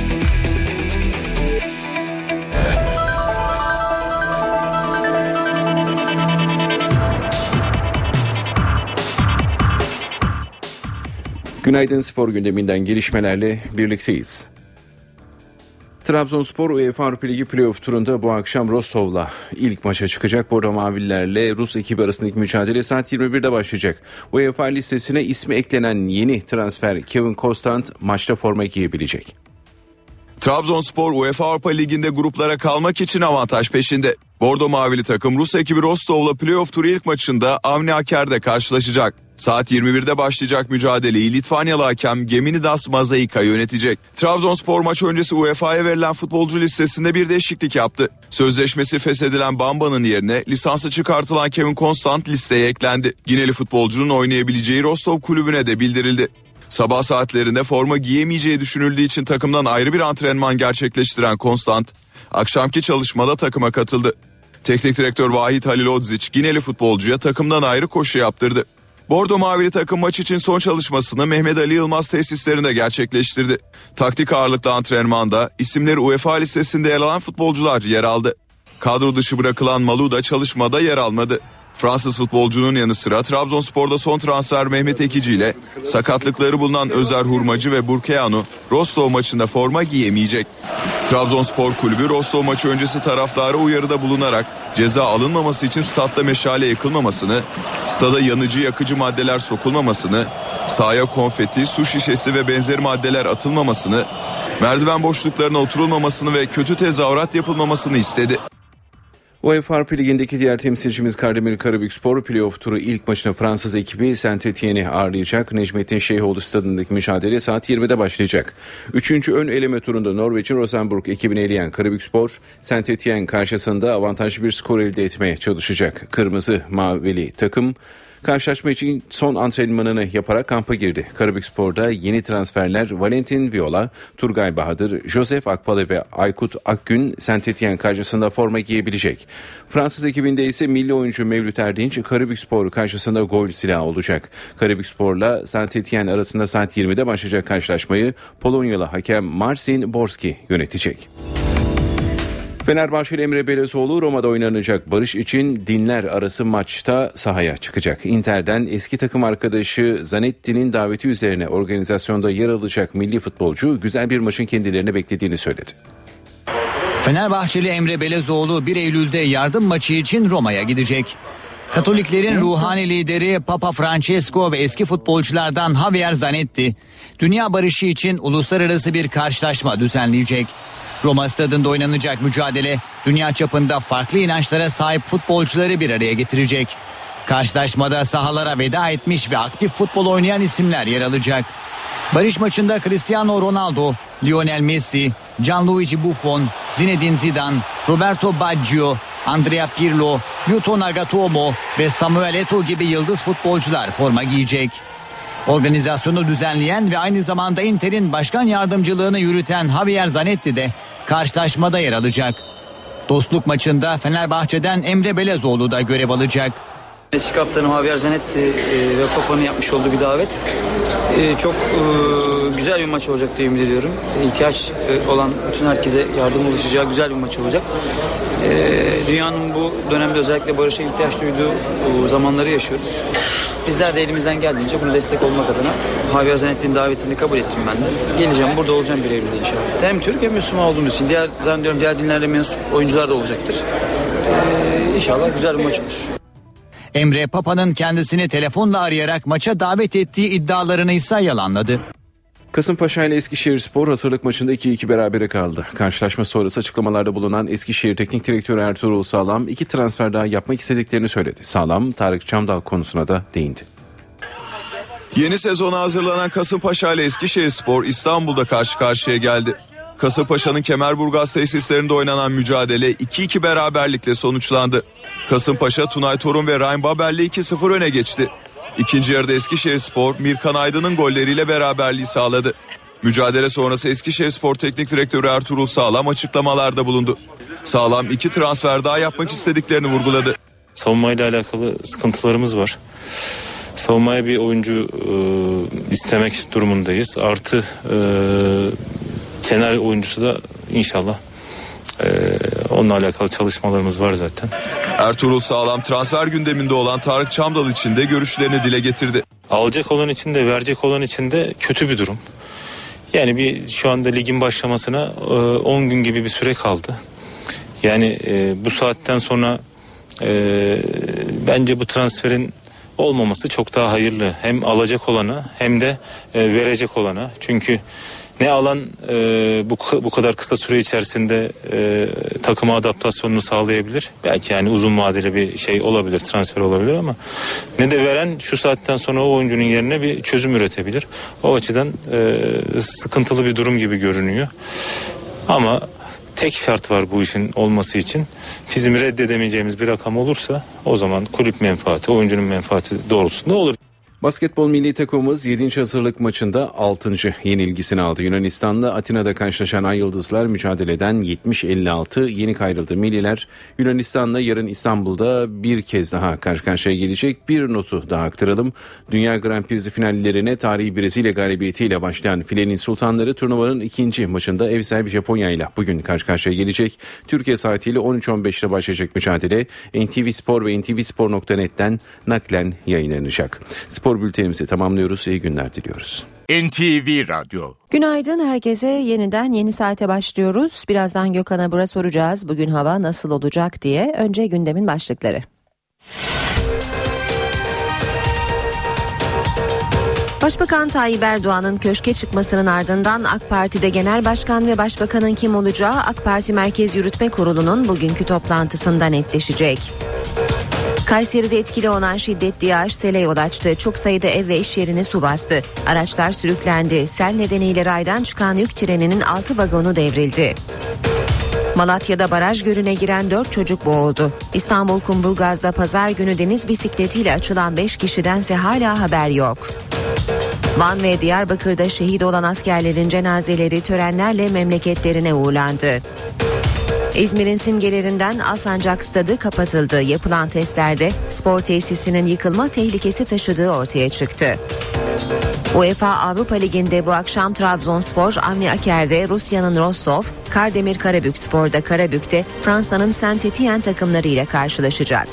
Günaydın, spor gündeminden gelişmelerle birlikteyiz. Trabzonspor UEFA Avrupa Ligi playoff turunda bu akşam Rostov'la ilk maça çıkacak. Bordo Mavililerle Rus ekibi arasındaki mücadele saat 21'de başlayacak. UEFA listesine ismi eklenen yeni transfer Kevin Kostant maçta forma giyebilecek. Trabzonspor UEFA Avrupa Ligi'nde gruplara kalmak için avantaj peşinde. Bordo Mavili takım Rus ekibi Rostov'la playoff turu ilk maçında Avni Aker'de karşılaşacak. Saat 21'de başlayacak mücadeleyi Litvanyalı hakem Geminidas Mazaika yönetecek. Trabzonspor maç öncesi UEFA'ya verilen futbolcu listesinde bir değişiklik yaptı. Sözleşmesi feshedilen Bamba'nın yerine lisansı çıkartılan Kevin Kostant listeye eklendi. Gineli futbolcunun oynayabileceği Rostov kulübüne de bildirildi. Sabah saatlerinde forma giyemeyeceği düşünüldüğü için takımdan ayrı bir antrenman gerçekleştiren Konstant, akşamki çalışmada takıma katıldı. Teknik direktör Vahit Halilodzic Gineli futbolcuya takımdan ayrı koşu yaptırdı. Bordo Mavili takım maç için son çalışmasını Mehmet Ali Yılmaz tesislerinde gerçekleştirdi. Taktik ağırlıklı antrenmanda isimleri UEFA listesinde yer alan futbolcular yer aldı. Kadro dışı bırakılan Malou da çalışmada yer almadı. Fransız futbolcunun yanı sıra Trabzonspor'da son transfer Mehmet Ekici ile sakatlıkları bulunan Özer Hurmacı ve Burkeanu Rostov maçında forma giyemeyecek. Trabzonspor kulübü Rostov maçı öncesi taraftara uyarıda bulunarak ceza alınmaması için statta meşale yakılmamasını, stada yanıcı yakıcı maddeler sokulmamasını, sahaya konfeti, su şişesi ve benzeri maddeler atılmamasını, Merdiven boşluklarına oturulmamasını ve kötü tezahürat yapılmamasını istedi. UEFA Avrupa Ligi'ndeki diğer temsilcimiz Kardemir Karabükspor playoff turu ilk maçına Fransız ekibi Saint-Étienne'i ağırlayacak. Necmettin Şeyhoğlu stadındaki mücadele saat 20'de başlayacak. 3. ön eleme turunda Norveç'in Rosenborg ekibini eleyen Karabükspor, Saint-Étienne karşısında avantajlı bir skor elde etmeye çalışacak. Kırmızı mavili takım karşılaşma için son antrenmanını yaparak kampa girdi. Karabükspor'da yeni transferler Valentin Viola, Turgay Bahadır, Joseph Akbalı ve Aykut Akgün Saint-Étienne karşısında forma giyebilecek. Fransız ekibinde ise milli oyuncu Mevlüt Erdinç Karabükspor karşısında gol silahı olacak. Karabükspor'la Saint-Étienne arasında saat 20'de başlayacak karşılaşmayı Polonyalı hakem Marcin Borski yönetecek. Fenerbahçeli Emre Belezoğlu Roma'da oynanacak barış için dinler arası maçta sahaya çıkacak. Inter'den eski takım arkadaşı Zanetti'nin daveti üzerine organizasyonda yer alacak milli futbolcu güzel bir maçın kendilerini beklediğini söyledi. Fenerbahçeli Emre Belezoğlu 1 Eylül'de yardım maçı için Roma'ya gidecek. Katoliklerin ruhani lideri Papa Francesco ve eski futbolculardan Javier Zanetti, dünya barışı için uluslararası bir karşılaşma düzenleyecek. Roma stadında oynanacak mücadele dünya çapında farklı inançlara sahip futbolcuları bir araya getirecek. Karşılaşmada sahalara veda etmiş ve aktif futbol oynayan isimler yer alacak. Barış maçında Cristiano Ronaldo, Lionel Messi, Gianluigi Buffon, Zinedine Zidane, Roberto Baggio, Andrea Pirlo, Yuto Nagatomo ve Samuel Eto'o gibi yıldız futbolcular forma giyecek. Organizasyonu düzenleyen ve aynı zamanda Inter'in başkan yardımcılığını yürüten Javier Zanetti de karşılaşmada yer alacak. Dostluk maçında Fenerbahçe'den Emre Belezoğlu da görev alacak. Eski kaptanım Javier Zanetti ve Papa'nın yapmış olduğu bir davet. Çok güzel bir maç olacak diye ümit ediyorum. İhtiyaç olan bütün herkese yardım ulaşacağı güzel bir maç olacak. Dünyanın bu dönemde özellikle barışa ihtiyaç duyduğu zamanları yaşıyoruz. Bizler de elimizden geldiğince bunu destek olmak adına Javier Zanetti'nin davetini kabul ettim ben de. Geleceğim, burada olacağım 1 Eylül'de inşallah. Hem Türk hem Müslüman olduğumuz için zannediyorum diğer dinlerle mensup oyuncular da olacaktır. İnşallah güzel bir maç olur. Emre Papa'nın kendisini telefonla arayarak maça davet ettiği iddialarını ise yalanladı. Kasımpaşa ile Eskişehirspor hazırlık maçında 2-2 berabere kaldı. Karşılaşma sonrası açıklamalarda bulunan Eskişehir Teknik Direktörü Ertuğrul Sağlam 2 transfer daha yapmak istediklerini söyledi. Sağlam, Tarık Çamdal konusuna da değindi. Yeni sezona hazırlanan Kasımpaşa ile Eskişehirspor İstanbul'da karşı karşıya geldi. Kasımpaşa'nın Kemerburgaz tesislerinde oynanan mücadele 2-2 beraberlikle sonuçlandı. Kasımpaşa Tunay Torun ve Ryan Babel'le 2-0 öne geçti. İkinci yarıda Eskişehirspor Mirkan Aydın'ın golleriyle beraberliği sağladı. Mücadele sonrası Eskişehirspor Teknik Direktörü Ertuğrul Sağlam açıklamalarda bulundu. Sağlam 2 transfer daha yapmak istediklerini vurguladı. Savunmayla alakalı sıkıntılarımız var. Savunmaya bir oyuncu istemek durumundayız. Artı kenar oyuncusu da inşallah onunla alakalı çalışmalarımız var zaten. Ertuğrul Sağlam transfer gündeminde olan Tarık Çamdal için de görüşlerini dile getirdi. Alacak olan için de verecek olan için de kötü bir durum. Yani şu anda ligin başlamasına 10 gün gibi bir süre kaldı. Yani bu saatten sonra bence bu transferin olmaması çok daha hayırlı. Hem alacak olana hem de verecek olana. Çünkü ne alan bu kadar kısa süre içerisinde takıma adaptasyonunu sağlayabilir. Belki yani uzun vadeli bir şey olabilir, transfer olabilir ama ne de veren şu saatten sonra o oyuncunun yerine bir çözüm üretebilir. O açıdan sıkıntılı bir durum gibi görünüyor. Ama tek şart var bu işin olması için. Bizim reddedemeyeceğimiz bir rakam olursa o zaman kulüp menfaati, oyuncunun menfaati doğrultusunda olur. Basketbol milli takımımız 7. hazırlık maçında 6. yenilgisini aldı. Yunanistan'la Atina'da karşılaşan Ay Yıldızlar mücadeleden 70-56 yenik ayrıldı. Milliler Yunanistan'la yarın İstanbul'da bir kez daha karşı karşıya gelecek. Bir notu daha aktaralım. Dünya Grand Prix'si finallerine tarihi Brezilya galibiyetiyle başlayan Filenin Sultanları turnuvanın ikinci maçında ev sahibi Japonya ile bugün karşı karşıya gelecek. Türkiye saatiyle 13.15'te başlayacak mücadele NTV Spor ve ntvspor.net'ten naklen yayınlanacak. Spor bültenimizi tamamlıyoruz. İyi günler diliyoruz. NTV Radyo. Günaydın herkese. Yeni saate başlıyoruz. Birazdan Gökhan Abur'a soracağız. Bugün hava nasıl olacak diye. Önce gündemin başlıkları. Başbakan Tayyip Erdoğan'ın köşke çıkmasının ardından AK Parti'de Genel Başkan ve Başbakanın kim olacağı AK Parti Merkez Yürütme Kurulu'nun bugünkü toplantısında netleşecek. Kayseri'de etkili olan şiddetli yağış sele yol açtı. Çok sayıda ev ve iş yerini su bastı. Araçlar sürüklendi. Sel nedeniyle raydan çıkan yük treninin 6 vagonu devrildi. Malatya'da baraj gölüne giren 4 çocuk boğuldu. İstanbul Kumburgaz'da pazar günü deniz bisikletiyle açılan 5 kişidense hala haber yok. Van ve Diyarbakır'da şehit olan askerlerin cenazeleri törenlerle memleketlerine uğurlandı. İzmir'in simgelerinden Alsancak Stadı kapatıldı. Yapılan testlerde spor tesisinin yıkılma tehlikesi taşıdığı ortaya çıktı. UEFA Avrupa Ligi'nde bu akşam Trabzonspor Avni Aker'de Rusya'nın Rostov, Kardemir Karabükspor'da Karabük'te Fransa'nın Saint-Étienne takımlarıyla karşılaşacak.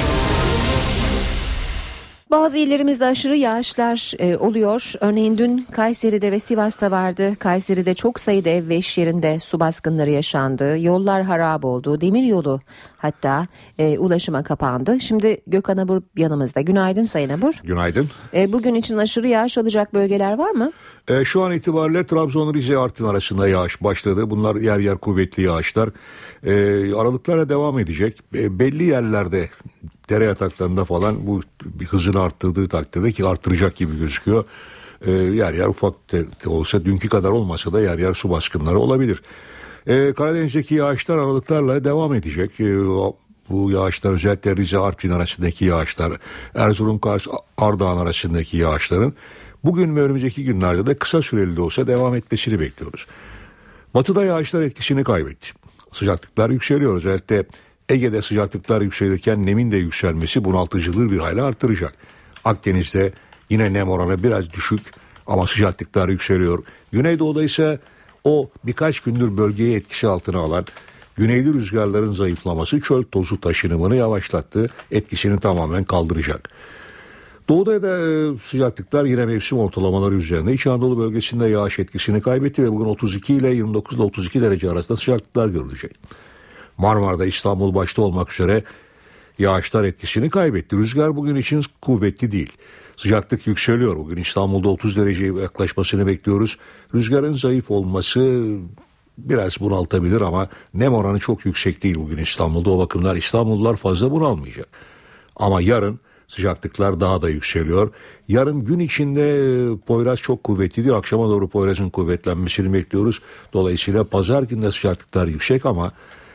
Bazı illerimizde aşırı yağışlar oluyor. Örneğin dün Kayseri'de ve Sivas'ta vardı. Kayseri'de çok sayıda ev ve iş yerinde su baskınları yaşandı. Yollar harap oldu. Demiryolu hatta ulaşıma kapandı. Şimdi Gökhan Abur yanımızda. Günaydın Sayın Abur. Günaydın. Bugün için aşırı yağış olacak bölgeler var mı? Şu an itibariyle Trabzon, Rize, Artvin arasında yağış başladı. Bunlar yer yer kuvvetli yağışlar. Aralıklarla devam edecek. Belli yerlerde dere yataklarında falan bu hızını arttırdığı takdirde, ki arttıracak gibi gözüküyor. Yer yer ufak de olsa, dünkü kadar olmasa da yer yer su baskınları olabilir. Karadeniz'deki yağışlar aralıklarla devam edecek. Bu yağışlar özellikle Rize-Artvin arasındaki yağışlar, Erzurum-Kars, Ardahan arasındaki yağışların bugün ve önümüzdeki günlerde de kısa süreli de olsa devam etmesini bekliyoruz. Batıda yağışlar etkisini kaybetti. Sıcaklıklar yükseliyor. Özellikle Ege'de sıcaklıklar yükselirken nemin de yükselmesi bunaltıcılığı bir hayli arttıracak. Akdeniz'de yine nem oranı biraz düşük ama sıcaklıklar yükseliyor. Güneydoğu'da ise o birkaç gündür bölgeyi etkisi altına alan güneyli rüzgarların zayıflaması çöl tozu taşınımını yavaşlattı. Etkisini tamamen kaldıracak. Doğuda da sıcaklıklar yine mevsim ortalamaları üzerinde. İç Anadolu bölgesinde yağış etkisini kaybetti ve bugün 32 ile 29 ile 32 derece arasında sıcaklıklar görülecek. Marmara'da, İstanbul başta olmak üzere yağışlar etkisini kaybetti. Rüzgar bugün için kuvvetli değil. Sıcaklık yükseliyor. Bugün İstanbul'da 30 dereceye yaklaşmasını bekliyoruz. Rüzgarın zayıf olması biraz bunaltabilir ama nem oranı çok yüksek değil bugün İstanbul'da. O bakımdan İstanbullular fazla bunalmayacak. Ama yarın sıcaklıklar daha da yükseliyor. Yarın gün içinde Poyraz çok kuvvetlidir. Akşama doğru Poyraz'ın kuvvetlenmesini bekliyoruz. Dolayısıyla pazar günde sıcaklıklar yüksek ama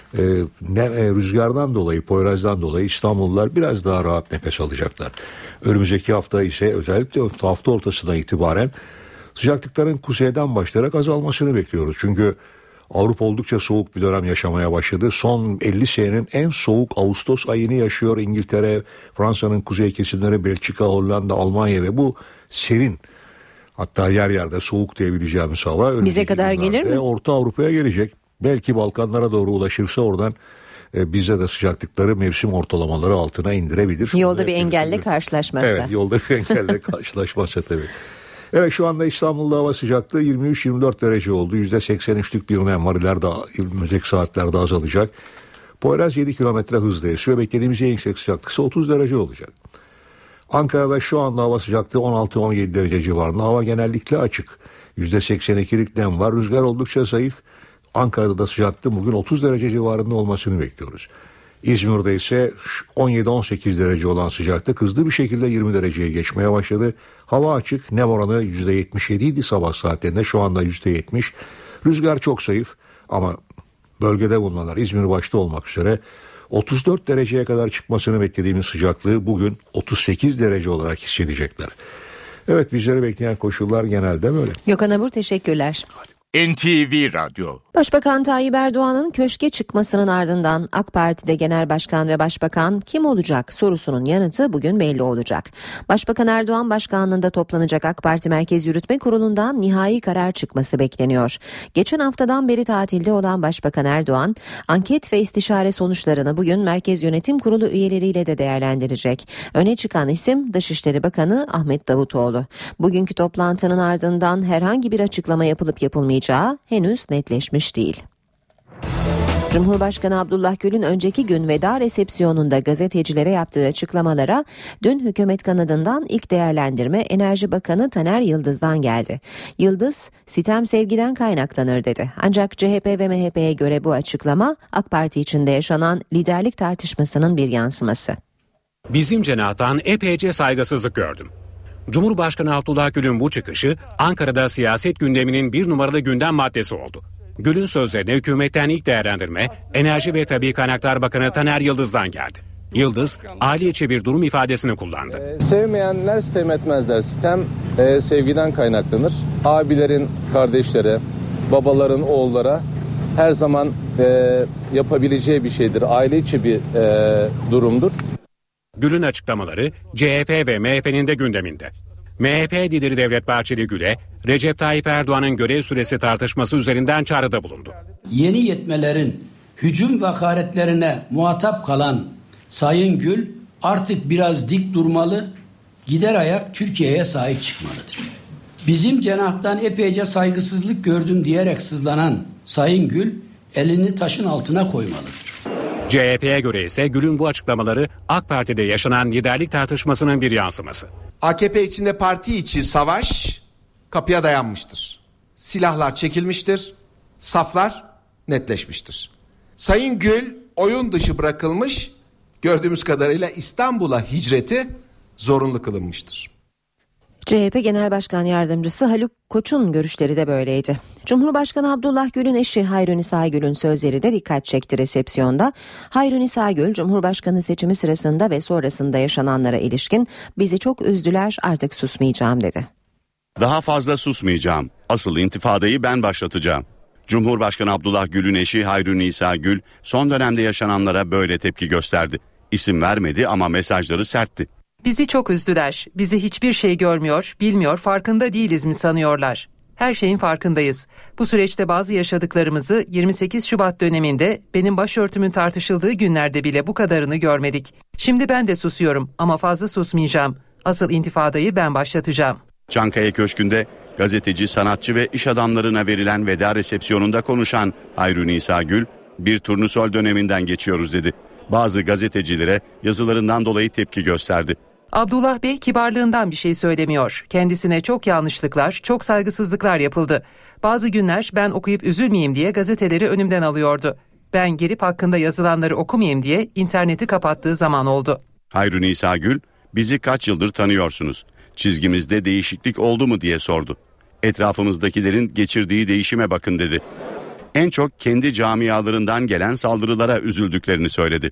rüzgardan dolayı, Poyraz'dan dolayı İstanbullular biraz daha rahat nefes alacaklar. Önümüzdeki hafta ise özellikle hafta ortasından itibaren sıcaklıkların kuzeyden başlayarak azalmasını bekliyoruz. Çünkü Avrupa oldukça soğuk bir dönem yaşamaya başladı. Son 50 senenin en soğuk Ağustos ayını yaşıyor İngiltere, Fransa'nın kuzey kesimleri, Belçika, Hollanda, Almanya ve bu serin, hatta yer yerde soğuk diyebileceğimiz hava bize kadar gelir mi? Orta Avrupa'ya gelecek. Belki Balkanlara doğru ulaşırsa oradan bize de sıcaklıkları mevsim ortalamaları altına indirebilir. Yolda bir engelle karşılaşmazsa. Evet, yolda bir engelle karşılaşmazsa tabii. Evet, şu anda İstanbul'da hava sıcaklığı 23-24 derece oldu. %83'lük bir nem var. İleride önümüzdeki saatlerde azalacak. Poyraz 7 kilometre hızla esiyor. Beklediğimiz en yüksek sıcaklık 30 derece olacak. Ankara'da şu anda hava sıcaklığı 16-17 derece civarında. Hava genellikle açık. %82'lik nem var. Rüzgar oldukça zayıf. Ankara'da da sıcaklığı bugün 30 derece civarında olmasını bekliyoruz. İzmir'de ise 17-18 derece olan sıcaklık hızlı bir şekilde 20 dereceye geçmeye başladı. Hava açık, nem oranı %77 idi sabah saatlerinde, şu anda %70. Rüzgar çok zayıf ama bölgede bulunanlar, İzmir başta olmak üzere 34 dereceye kadar çıkmasını beklediğimiz sıcaklığı bugün 38 derece olarak hissedecekler. Evet, bizleri bekleyen koşullar genelde böyle. Gökhan Abur, teşekkürler. NTV Radyo. Başbakan Tayyip Erdoğan'ın köşke çıkmasının ardından AK Parti'de Genel Başkan ve Başbakan kim olacak sorusunun yanıtı bugün belli olacak. Başbakan Erdoğan başkanlığında toplanacak AK Parti Merkez Yürütme Kurulu'ndan nihai karar çıkması bekleniyor. Geçen haftadan beri tatilde olan Başbakan Erdoğan, anket ve istişare sonuçlarını bugün Merkez Yönetim Kurulu üyeleriyle de değerlendirecek. Öne çıkan isim Dışişleri Bakanı Ahmet Davutoğlu. Bugünkü toplantının ardından herhangi bir açıklama yapılıp yapılmayacağı henüz netleşmiş değil. Cumhurbaşkanı Abdullah Gül'ün önceki gün veda resepsiyonunda gazetecilere yaptığı açıklamalara dün hükümet kanadından ilk değerlendirme Enerji Bakanı Taner Yıldız'dan geldi. Yıldız, sitem sevgiden kaynaklanır dedi. Ancak CHP ve MHP'ye göre bu açıklama AK Parti içinde yaşanan liderlik tartışmasının bir yansıması. Bizim cenahtan epeyce saygısızlık gördüm. Cumhurbaşkanı Abdullah Gül'ün bu çıkışı Ankara'da siyaset gündeminin bir numaralı gündem maddesi oldu. Gül'ün sözlerine hükümetten ilk değerlendirme Enerji ve Tabii Kaynaklar Bakanı Taner Yıldız'dan geldi. Yıldız, aile içi bir durum ifadesini kullandı. Sevmeyenler sitem etmezler. Sitem sevgiden kaynaklanır. Abilerin kardeşlere, babaların oğullara her zaman yapabileceği bir şeydir. Aile içi bir durumdur. Gül'ün açıklamaları CHP ve MHP'nin de gündeminde. MHP lideri Devlet Bahçeli Gül'e Recep Tayyip Erdoğan'ın görev süresi tartışması üzerinden çağrıda bulundu. Yeni yetmelerin hücum ve hakaretlerine muhatap kalan Sayın Gül artık biraz dik durmalı, gider ayak Türkiye'ye sahip çıkmalıdır. Bizim cenahtan epeyce saygısızlık gördüm diyerek sızlanan Sayın Gül elini taşın altına koymalıdır. CHP'ye göre ise Gül'ün bu açıklamaları AK Parti'de yaşanan liderlik tartışmasının bir yansıması. AKP içinde parti içi savaş kapıya dayanmıştır. Silahlar çekilmiştir, saflar netleşmiştir. Sayın Gül oyun dışı bırakılmış, gördüğümüz kadarıyla İstanbul'a hicreti zorunlu kılınmıştır. CHP Genel Başkan Yardımcısı Haluk Koç'un görüşleri de böyleydi. Cumhurbaşkanı Abdullah Gül'ün eşi Hayrunisa Gül'ün sözleri de dikkat çekti resepsiyonda. Hayrunisa Gül, Cumhurbaşkanı seçimi sırasında ve sonrasında yaşananlara ilişkin "Bizi çok üzdüler, artık susmayacağım" dedi. Daha fazla susmayacağım. Asıl intifadayı ben başlatacağım. Cumhurbaşkanı Abdullah Gül'ün eşi Hayrunisa Gül son dönemde yaşananlara böyle tepki gösterdi. İsim vermedi ama mesajları sertti. Bizi çok üzdüler. Bizi hiçbir şey görmüyor, bilmiyor, farkında değiliz mi sanıyorlar? Her şeyin farkındayız. Bu süreçte bazı yaşadıklarımızı 28 Şubat döneminde benim başörtümün tartışıldığı günlerde bile bu kadarını görmedik. Şimdi ben de susuyorum ama fazla susmayacağım. Asıl intifadayı ben başlatacağım. Çankaya Köşkü'nde gazeteci, sanatçı ve iş adamlarına verilen veda resepsiyonunda konuşan Hayrunisa Gül, bir turnusol döneminden geçiyoruz dedi. Bazı gazetecilere yazılarından dolayı tepki gösterdi. Abdullah Bey kibarlığından bir şey söylemiyor. Kendisine çok yanlışlıklar, çok saygısızlıklar yapıldı. Bazı günler ben okuyup üzülmeyeyim diye gazeteleri önümden alıyordu. Ben gelip hakkında yazılanları okumayayım diye interneti kapattığı zaman oldu. Hayrunisa Gül, bizi kaç yıldır tanıyorsunuz? Çizgimizde değişiklik oldu mu diye sordu. Etrafımızdakilerin geçirdiği değişime bakın dedi. En çok kendi camialarından gelen saldırılara üzüldüklerini söyledi.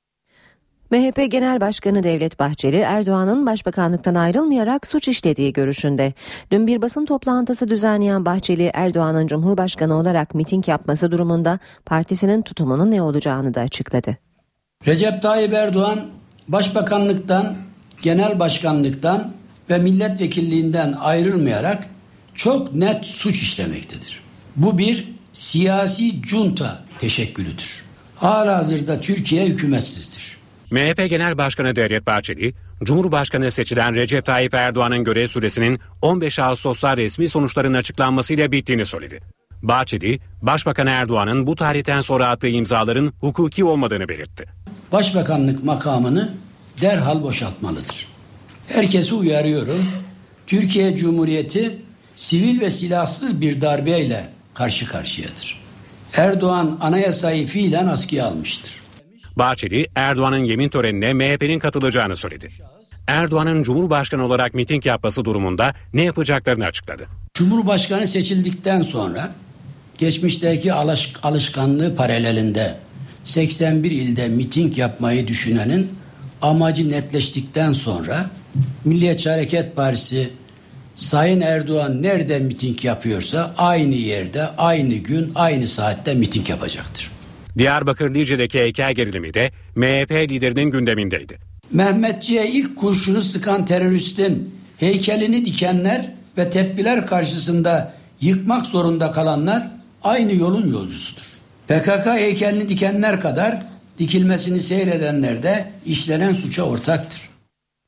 MHP Genel Başkanı Devlet Bahçeli, Erdoğan'ın başbakanlıktan ayrılmayarak suç işlediği görüşünde. Dün bir basın toplantısı düzenleyen Bahçeli, Erdoğan'ın Cumhurbaşkanı olarak miting yapması durumunda partisinin tutumunun ne olacağını da açıkladı. Recep Tayyip Erdoğan başbakanlıktan, genel başkanlıktan ve milletvekilliğinden ayrılmayarak çok net suç işlemektedir. Bu bir siyasi junta teşekkülüdür. Halihazırda Türkiye hükümetsizdir. MHP Genel Başkanı Devlet Bahçeli, Cumhurbaşkanı seçilen Recep Tayyip Erdoğan'ın görev süresinin 15 Ağustos'ta resmi sonuçların açıklanmasıyla bittiğini söyledi. Bahçeli, Başbakan Erdoğan'ın bu tarihten sonra attığı imzaların hukuki olmadığını belirtti. Başbakanlık makamını derhal boşaltmalıdır. Herkesi uyarıyorum. Türkiye Cumhuriyeti sivil ve silahsız bir darbeyle karşı karşıyadır. Erdoğan anayasayı fiilen askıya almıştır. Bahçeli, Erdoğan'ın yemin törenine MHP'nin katılacağını söyledi. Erdoğan'ın Cumhurbaşkanı olarak miting yapması durumunda ne yapacaklarını açıkladı. Cumhurbaşkanı seçildikten sonra geçmişteki alışkanlığı paralelinde 81 ilde miting yapmayı düşünenin amacı netleştikten sonra Milliyetçi Hareket Partisi Sayın Erdoğan nerede miting yapıyorsa aynı yerde, aynı gün, aynı saatte miting yapacaktır. Diyarbakır Lice'deki heykel gerilimi de MHP liderinin gündemindeydi. Mehmetçiğe ilk kurşunu sıkan teröristin heykelini dikenler ve tepkiler karşısında yıkmak zorunda kalanlar aynı yolun yolcusudur. PKK heykelini dikenler kadar dikilmesini seyredenler de işlenen suça ortaktır.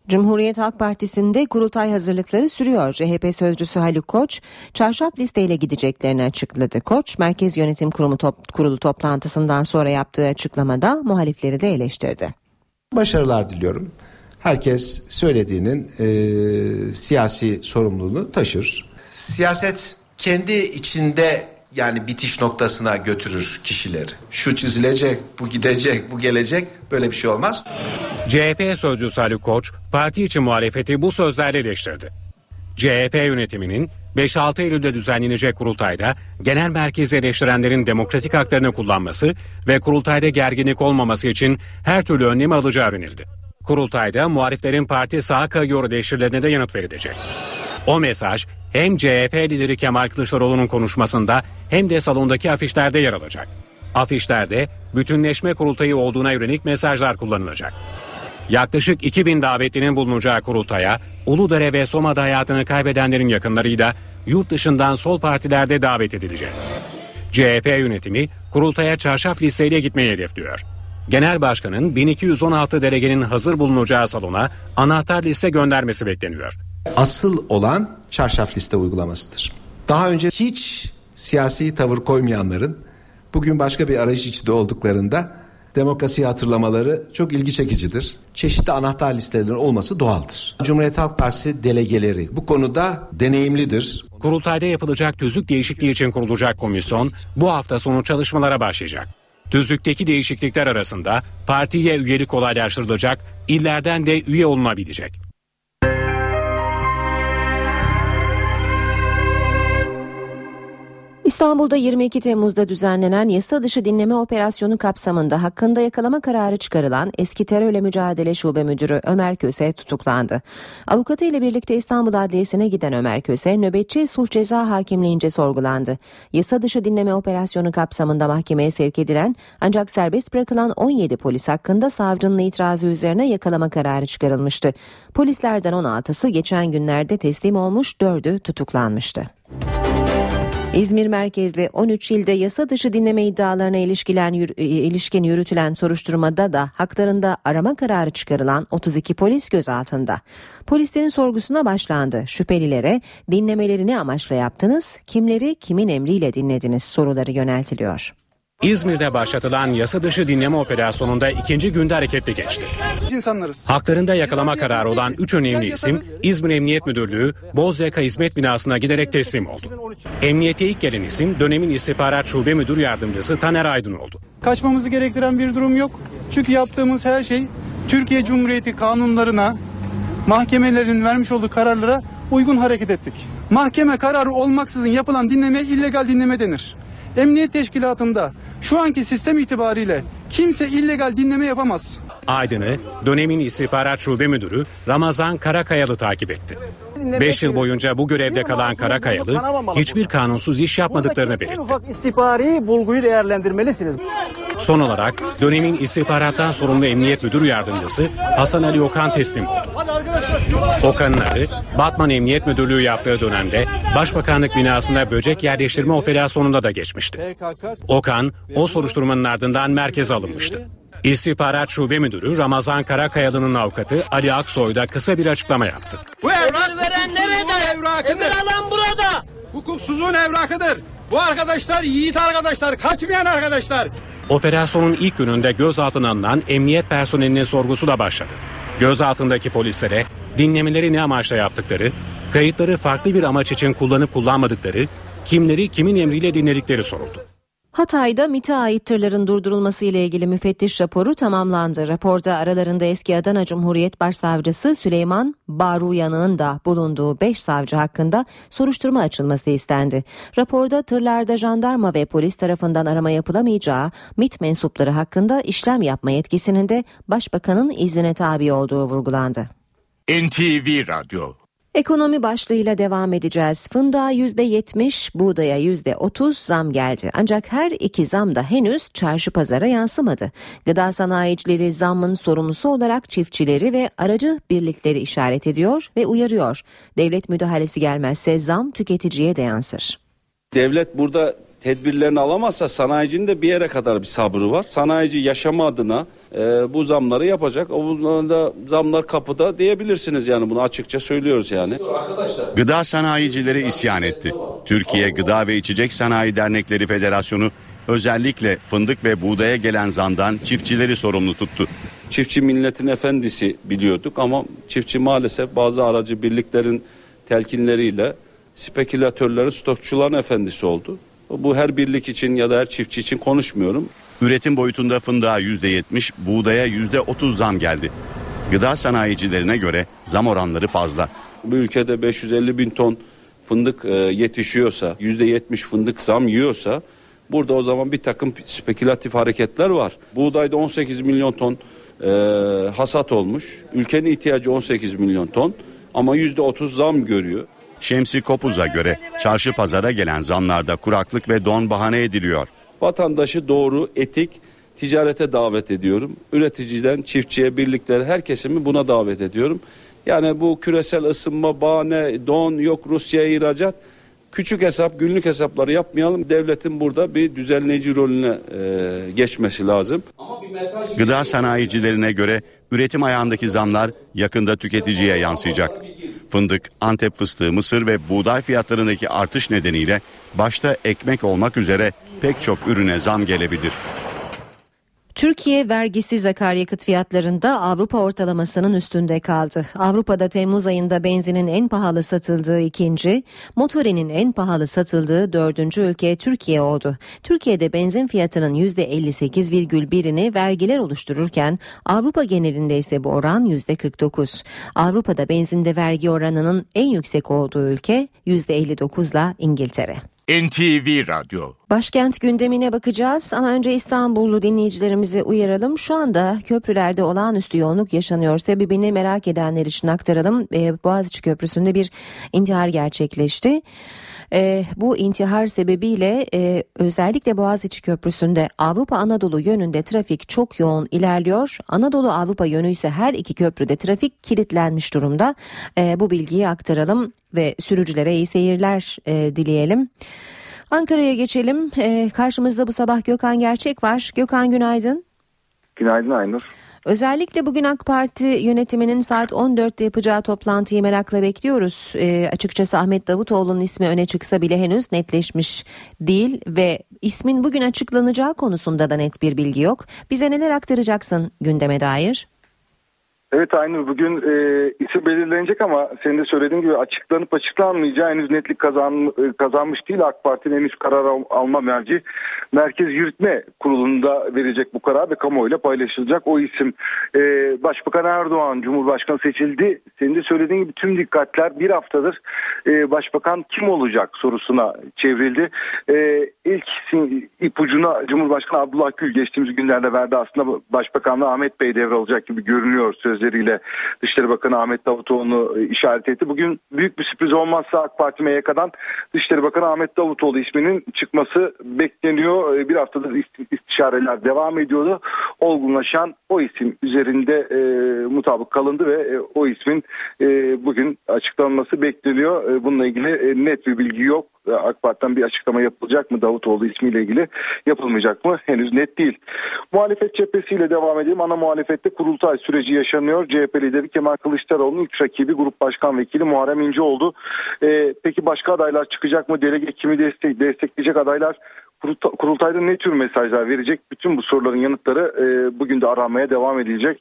Cumhuriyet Halk Partisi'nde kurultay hazırlıkları sürüyor. CHP sözcüsü Haluk Koç, çarşaf listeyle gideceklerini açıkladı. Koç, Merkez Yönetim Kurulu toplantısından sonra yaptığı açıklamada muhalifleri de eleştirdi. Başarılar diliyorum. Herkes söylediğinin siyasi sorumluluğunu taşır. Siyaset kendi içinde yani bitiş noktasına götürür kişileri. Şu çizilecek, bu gidecek, bu gelecek, böyle bir şey olmaz. CHP sözcüsü Haluk Koç, parti içi muhalefeti bu sözlerle eleştirdi. CHP yönetiminin 5-6 Eylül'de düzenlenecek kurultayda genel merkezi eleştirenlerin demokratik haklarını kullanması ve kurultayda gerginlik olmaması için her türlü önlemi alacağı önerildi. Kurultayda muhaliflerin parti sağa kayıyor eleştirilerine de yanıt verilecek. O mesaj hem CHP lideri Kemal Kılıçdaroğlu'nun konuşmasında hem de salondaki afişlerde yer alacak. Afişlerde bütünleşme kurultayı olduğuna yönelik mesajlar kullanılacak. Yaklaşık 2000 davetlinin bulunacağı kurultaya Uludere ve Soma'da hayatını kaybedenlerin yakınlarıyla yurt dışından sol partilerde davet edilecek. CHP yönetimi kurultaya çarşaf listeyle gitmeyi hedefliyor. Genel Başkan'ın 1216 delegenin hazır bulunacağı salona anahtar liste göndermesi bekleniyor. Asıl olan çarşaf liste uygulamasıdır. Daha önce hiç siyasi tavır koymayanların bugün başka bir arayış içinde olduklarında demokrasiyi hatırlamaları çok ilgi çekicidir. Çeşitli anahtar listelerin olması doğaldır. Cumhuriyet Halk Partisi delegeleri bu konuda deneyimlidir. Kurultayda yapılacak tüzük değişikliği için kurulacak komisyon bu hafta sonu çalışmalara başlayacak. Tüzükteki değişiklikler arasında partiye üyelik kolaylaştırılacak, illerden de üye olunabilecek. İstanbul'da 22 Temmuz'da düzenlenen yasa dışı dinleme operasyonu kapsamında hakkında yakalama kararı çıkarılan eski terörle mücadele şube müdürü Ömer Köse tutuklandı. Avukatı ile birlikte İstanbul Adliyesi'ne giden Ömer Köse nöbetçi sulh ceza hakimliğince sorgulandı. Yasa dışı dinleme operasyonu kapsamında mahkemeye sevk edilen ancak serbest bırakılan 17 polis hakkında savcının itirazı üzerine yakalama kararı çıkarılmıştı. Polislerden 16'sı geçen günlerde teslim olmuş, 4'ü tutuklanmıştı. İzmir merkezli 13 ilde yasa dışı dinleme iddialarına ilişkin yürütülen soruşturmada da haklarında arama kararı çıkarılan 32 polis gözaltında. Polislerin sorgusuna başlandı. Şüphelilere dinlemeleri ne amaçla yaptınız, kimleri kimin emriyle dinlediniz soruları yöneltiliyor. İzmir'de başlatılan yasa dışı dinleme operasyonunda ikinci günde hareketli geçti. Haklarında yakalama kararı olan 3 önemli isim İzmir Emniyet Müdürlüğü Bozyaka Hizmet Binası'na giderek teslim oldu. Emniyete ilk gelen isim dönemin istihbarat şube müdür yardımcısı Taner Aydın oldu. Kaçmamızı gerektiren bir durum yok. Çünkü yaptığımız her şey Türkiye Cumhuriyeti kanunlarına, mahkemelerin vermiş olduğu kararlara uygun hareket ettik. Mahkeme kararı olmaksızın yapılan dinlemeye illegal dinleme denir. Emniyet teşkilatında şu anki sistem itibariyle kimse illegal dinleme yapamaz. Aydın'ı dönemin istihbarat şube müdürü Ramazan Karakayalı takip etti. 5 yıl boyunca bu görevde kalan Karakayalı hiçbir kanunsuz iş yapmadıklarını belirtti. Ufak istihbari bulguyu değerlendirmelisiniz. Son olarak dönemin istihbarattan sorumlu emniyet müdür yardımcısı Hasan Ali Okan teslim oldu. Okan'ın adı Batman Emniyet Müdürlüğü yaptığı dönemde Başbakanlık binasında böcek yerleştirme operasyonunda da geçmişti. Okan o soruşturmanın ardından merkeze alınmıştı. İstihbarat Şube Müdürü Ramazan Karakayalı'nın avukatı Ali Aksoy da kısa bir açıklama yaptı. Bu evrak hukuksuzun evrakıdır. Emir alan burada. Hukuksuzun evrakıdır. Bu arkadaşlar yiğit arkadaşlar, kaçmayan arkadaşlar. Operasyonun ilk gününde gözaltına alınan emniyet personelinin sorgusu da başladı. Gözaltındaki polislere dinlemeleri ne amaçla yaptıkları, kayıtları farklı bir amaç için kullanıp kullanmadıkları, kimleri kimin emriyle dinledikleri soruldu. Hatay'da MİT'e ait tırların durdurulması ile ilgili müfettiş raporu tamamlandı. Raporda aralarında eski Adana Cumhuriyet Başsavcısı Süleyman Baruyan'ın da bulunduğu 5 savcı hakkında soruşturma açılması istendi. Raporda tırlarda jandarma ve polis tarafından arama yapılamayacağı, MİT mensupları hakkında işlem yapma yetkisinin de Başbakanın iznine tabi olduğu vurgulandı. NTV Radyo. Ekonomi başlığıyla devam edeceğiz. Fındığa %70, buğdaya %30 zam geldi. Ancak her iki zam da henüz çarşı pazara yansımadı. Gıda sanayicileri zammın sorumlusu olarak çiftçileri ve aracı birlikleri işaret ediyor ve uyarıyor. Devlet müdahalesi gelmezse zam tüketiciye de yansır. Devlet burada tedbirlerini alamazsa sanayicinin de bir yere kadar bir sabrı var. Sanayici yaşama adına bu zamları yapacak. O da zamlar kapıda diyebilirsiniz yani, bunu açıkça söylüyoruz yani. Gıda sanayicileri isyan etti. Türkiye Gıda ve İçecek Sanayi Dernekleri Federasyonu özellikle fındık ve buğdaya gelen zamdan çiftçileri sorumlu tuttu. Çiftçi milletin efendisi biliyorduk ama çiftçi maalesef bazı aracı birliklerin telkinleriyle spekülatörlerin, stokçuların efendisi oldu. Bu her birlik için ya da her çiftçi için konuşmuyorum. Üretim boyutunda fındığa %70, buğdaya %30 zam geldi. Gıda sanayicilerine göre zam oranları fazla. Bu ülkede 550 bin ton fındık yetişiyorsa, %70 fındık zam yiyorsa, burada o zaman bir takım spekülatif hareketler var. Buğdayda 18 milyon ton hasat olmuş. Ülkenin ihtiyacı 18 milyon ton ama %30 zam görüyor. Şemsi Kopuz'a göre çarşı pazara gelen zamlarda kuraklık ve don bahane ediliyor. Vatandaşı doğru, etik ticarete davet ediyorum. Üreticiden çiftçiye, birliklere, her kesimi buna davet ediyorum. Yani bu küresel ısınma, bahane, don, yok Rusya'ya ihracat. Küçük hesap, günlük hesapları yapmayalım. Devletin burada bir düzenleyici rolüne geçmesi lazım. Gıda sanayicilerine göre üretim ayağındaki zamlar yakında tüketiciye yansıyacak. Fındık, Antep fıstığı, mısır ve buğday fiyatlarındaki artış nedeniyle başta ekmek olmak üzere pek çok ürüne zam gelebilir. Türkiye vergisiz akaryakıt fiyatlarında Avrupa ortalamasının üstünde kaldı. Avrupa'da Temmuz ayında benzinin en pahalı satıldığı ikinci, motorinin en pahalı satıldığı dördüncü ülke Türkiye oldu. Türkiye'de benzin fiyatının %58,1'ini vergiler oluştururken Avrupa genelinde ise bu oran %49. Avrupa'da benzinde vergi oranının en yüksek olduğu ülke %59'la İngiltere. NTV Radyo. Başkent gündemine bakacağız ama önce İstanbullu dinleyicilerimizi uyaralım. Şu anda köprülerde olağanüstü yoğunluk yaşanıyor. Sebebini merak edenler için aktaralım. Boğaziçi Köprüsü'nde bir intihar gerçekleşti. Bu intihar sebebiyle özellikle Boğaziçi Köprüsü'nde Avrupa Anadolu yönünde trafik çok yoğun ilerliyor. Anadolu Avrupa yönü ise her iki köprüde trafik kilitlenmiş durumda. Bu bilgiyi aktaralım ve sürücülere iyi seyirler dileyelim. Ankara'ya geçelim. Karşımızda bu sabah Gökhan Gerçek var. Gökhan günaydın. Günaydın Aynur. Özellikle bugün AK Parti yönetiminin saat 14'te yapacağı toplantıyı merakla bekliyoruz. Açıkçası Ahmet Davutoğlu'nun ismi öne çıksa bile henüz netleşmiş değil ve ismin bugün açıklanacağı konusunda da net bir bilgi yok. Bize neler aktaracaksın gündeme dair? Evet Aynur, bugün isim belirlenecek ama senin de söylediğin gibi açıklanıp açıklanmayacağı henüz netlik kazanmış değil. AK Parti'nin henüz karar alma merci Merkez Yürütme Kurulu'nda verecek bu karar ve kamuoyuyla paylaşılacak. O isim Başbakan Erdoğan Cumhurbaşkanı seçildi. Senin de söylediğin gibi tüm dikkatler bir haftadır Başbakan kim olacak sorusuna çevrildi. İlk ipucuna Cumhurbaşkanı Abdullah Gül geçtiğimiz günlerde verdi. Aslında Başbakanlığı Ahmet Bey devralacak gibi görünüyor sözleriyle Dışişleri Bakanı Ahmet Davutoğlu'nu işaret etti. Bugün büyük bir sürpriz olmazsa AK Parti MYK'dan Dışişleri Bakanı Ahmet Davutoğlu isminin çıkması bekleniyor. Bir haftadır istişareler devam ediyordu. Olgunlaşan o isim üzerinde mutabık kalındı ve o ismin bugün açıklanması bekleniyor. Bununla ilgili net bir bilgi yok. AK Parti'den bir açıklama yapılacak mı Davutoğlu ismiyle ilgili, yapılmayacak mı henüz net değil. Muhalefet cephesiyle devam edelim. Ana muhalefette kurultay süreci yaşanıyor. CHP lideri Kemal Kılıçdaroğlu'nun ilk rakibi Grup Başkan Vekili Muharrem İnce oldu. Peki başka adaylar çıkacak mı? Delege kimi destekleyecek adaylar? Kurultayda ne tür mesajlar verecek? Bütün bu soruların yanıtları bugün de aranmaya devam edilecek.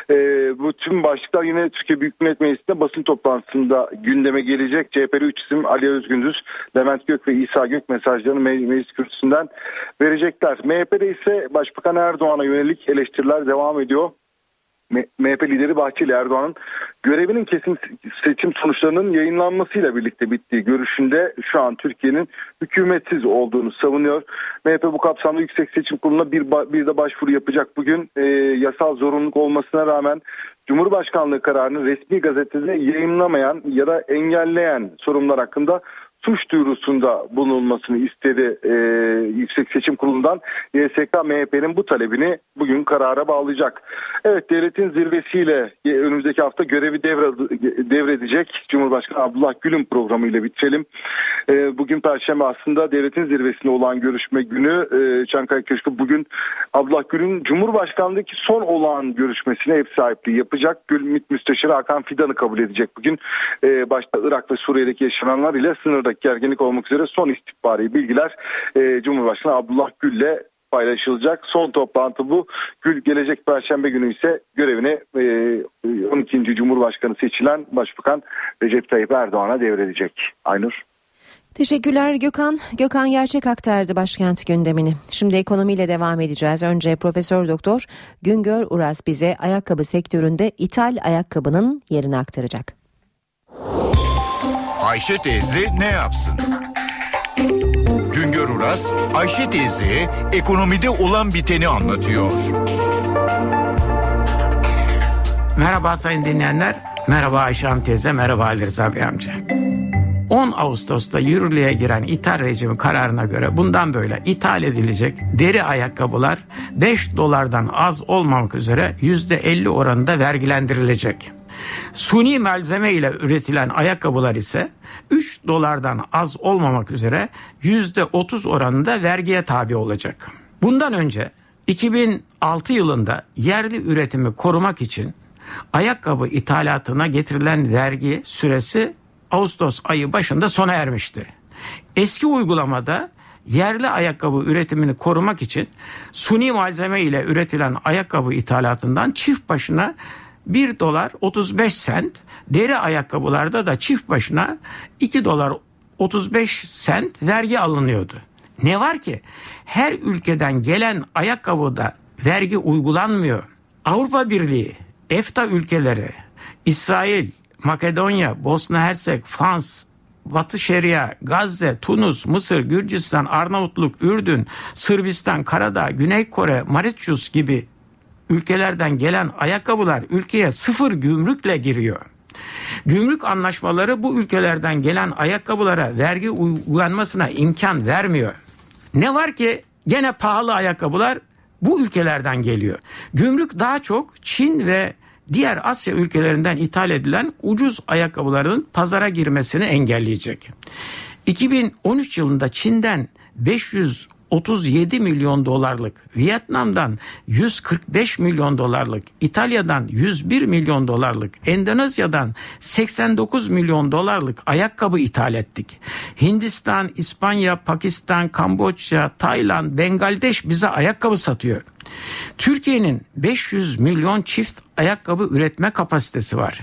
Bu tüm başlıklar yine Türkiye Büyük Millet Meclisi'nde basın toplantısında gündeme gelecek. CHP'li 3 isim Ali Özgündüz, Levent Gök ve İsa Gök mesajlarını meclis kürsüsünden verecekler. MHP'de ise Başbakan Erdoğan'a yönelik eleştiriler devam ediyor. MHP lideri Bahçeli Erdoğan'ın görevinin kesin seçim sonuçlarının yayınlanmasıyla birlikte bittiği görüşünde şu an Türkiye'nin hükümetsiz olduğunu savunuyor. MHP bu kapsamda Yüksek Seçim Kurulu'na bir de başvuru yapacak. Bugün yasal zorunluluk olmasına rağmen Cumhurbaşkanlığı kararını resmi gazetede yayınlamayan ya da engelleyen sorunlar hakkında suç duyurusunda bulunulmasını istedi Yüksek Seçim Kurulu'ndan. YSK MHP'nin bu talebini bugün karara bağlayacak. Evet, devletin zirvesiyle önümüzdeki hafta görevi devredecek Cumhurbaşkanı Abdullah Gül'ün programıyla bitirelim. Bugün Perşembe aslında devletin zirvesinde olan görüşme günü. Çankaya Köşkü bugün Abdullah Gül'ün Cumhurbaşkanlığındaki son olağan görüşmesine ev sahipliği yapacak. Gül MİT Müsteşarı Hakan Fidan'ı kabul edecek bugün. Başta Irak ve Suriye'deki yaşananlar ile sınırdaki gerginlik olmak üzere son istihbari bilgiler Cumhurbaşkanı Abdullah Gül'le paylaşılacak. Son toplantı bu. Gül gelecek Perşembe günü ise görevini 12. Cumhurbaşkanı seçilen Başbakan Recep Tayyip Erdoğan'a devredecek. Aynur. Teşekkürler Gökhan. Gökhan Gerçek aktardı başkent gündemini. Şimdi ekonomiyle devam edeceğiz. Önce Profesör Doktor Güngör Uras bize ayakkabı sektöründe ithal ayakkabının yerini aktaracak. Ayşe teyze ne yapsın? Güngör Uras, Ayşe teyzeye ekonomide olan biteni anlatıyor. Merhaba sayın dinleyenler. Merhaba Ayşe Hanım teyze, merhaba Ali Rıza Bey amca. 10 Ağustos'ta yürürlüğe giren ithal rejimi kararına göre bundan böyle ithal edilecek deri ayakkabılar $5'dan az olmamak üzere %50 oranında vergilendirilecek. Suni malzeme ile üretilen ayakkabılar ise $3'dan az olmamak üzere %30 oranında vergiye tabi olacak. Bundan önce 2006 yılında yerli üretimi korumak için ayakkabı ithalatına getirilen vergi süresi Ağustos ayı başında sona ermişti. Eski uygulamada yerli ayakkabı üretimini korumak için suni malzeme ile üretilen ayakkabı ithalatından çift başına $1.35, deri ayakkabılarda da çift başına $2.35 vergi alınıyordu. Ne var ki her ülkeden gelen ayakkabıda vergi uygulanmıyor. Avrupa Birliği, EFTA ülkeleri, İsrail, Makedonya, Bosna Hersek, Fas, Batı Şeria, Gazze, Tunus, Mısır, Gürcistan, Arnavutluk, Ürdün, Sırbistan, Karadağ, Güney Kore, Mauritius gibi ülkelerden gelen ayakkabılar ülkeye sıfır gümrükle giriyor. Gümrük anlaşmaları bu ülkelerden gelen ayakkabılara vergi uygulanmasına imkan vermiyor. Ne var ki gene pahalı ayakkabılar bu ülkelerden geliyor. Gümrük daha çok Çin ve diğer Asya ülkelerinden ithal edilen ucuz ayakkabıların pazara girmesini engelleyecek. 2013 yılında Çin'den $537 milyon, Vietnam'dan $145 milyon, İtalya'dan $101 milyon, Endonezya'dan $89 milyon ayakkabı ithal ettik. Hindistan, İspanya, Pakistan, Kamboçya, Tayland, Bangladeş bize ayakkabı satıyor. Türkiye'nin 500 milyon çift ayakkabı üretme kapasitesi var.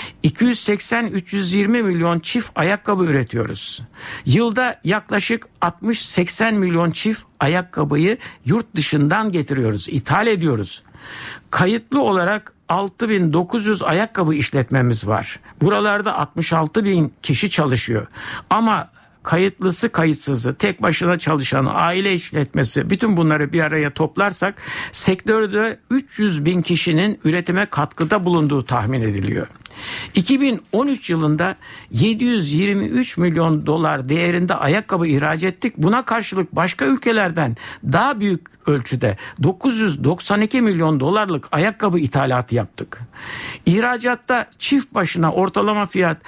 280-320 milyon çift ayakkabı üretiyoruz. Yılda yaklaşık 60-80 milyon çift ayakkabıyı yurt dışından getiriyoruz, ithal ediyoruz. Kayıtlı olarak 6.900 ayakkabı işletmemiz var. Buralarda 66.000 kişi çalışıyor. Ama kayıtlısı kayıtsızı, tek başına çalışanı, aile işletmesi, bütün bunları bir araya toplarsak sektörde 300.000 kişinin üretime katkıda bulunduğu tahmin ediliyor. 2013 yılında $723 milyon değerinde ayakkabı ihraç ettik. Buna karşılık başka ülkelerden daha büyük ölçüde $992 milyon ayakkabı ithalatı yaptık. İhracatta çift başına ortalama fiyat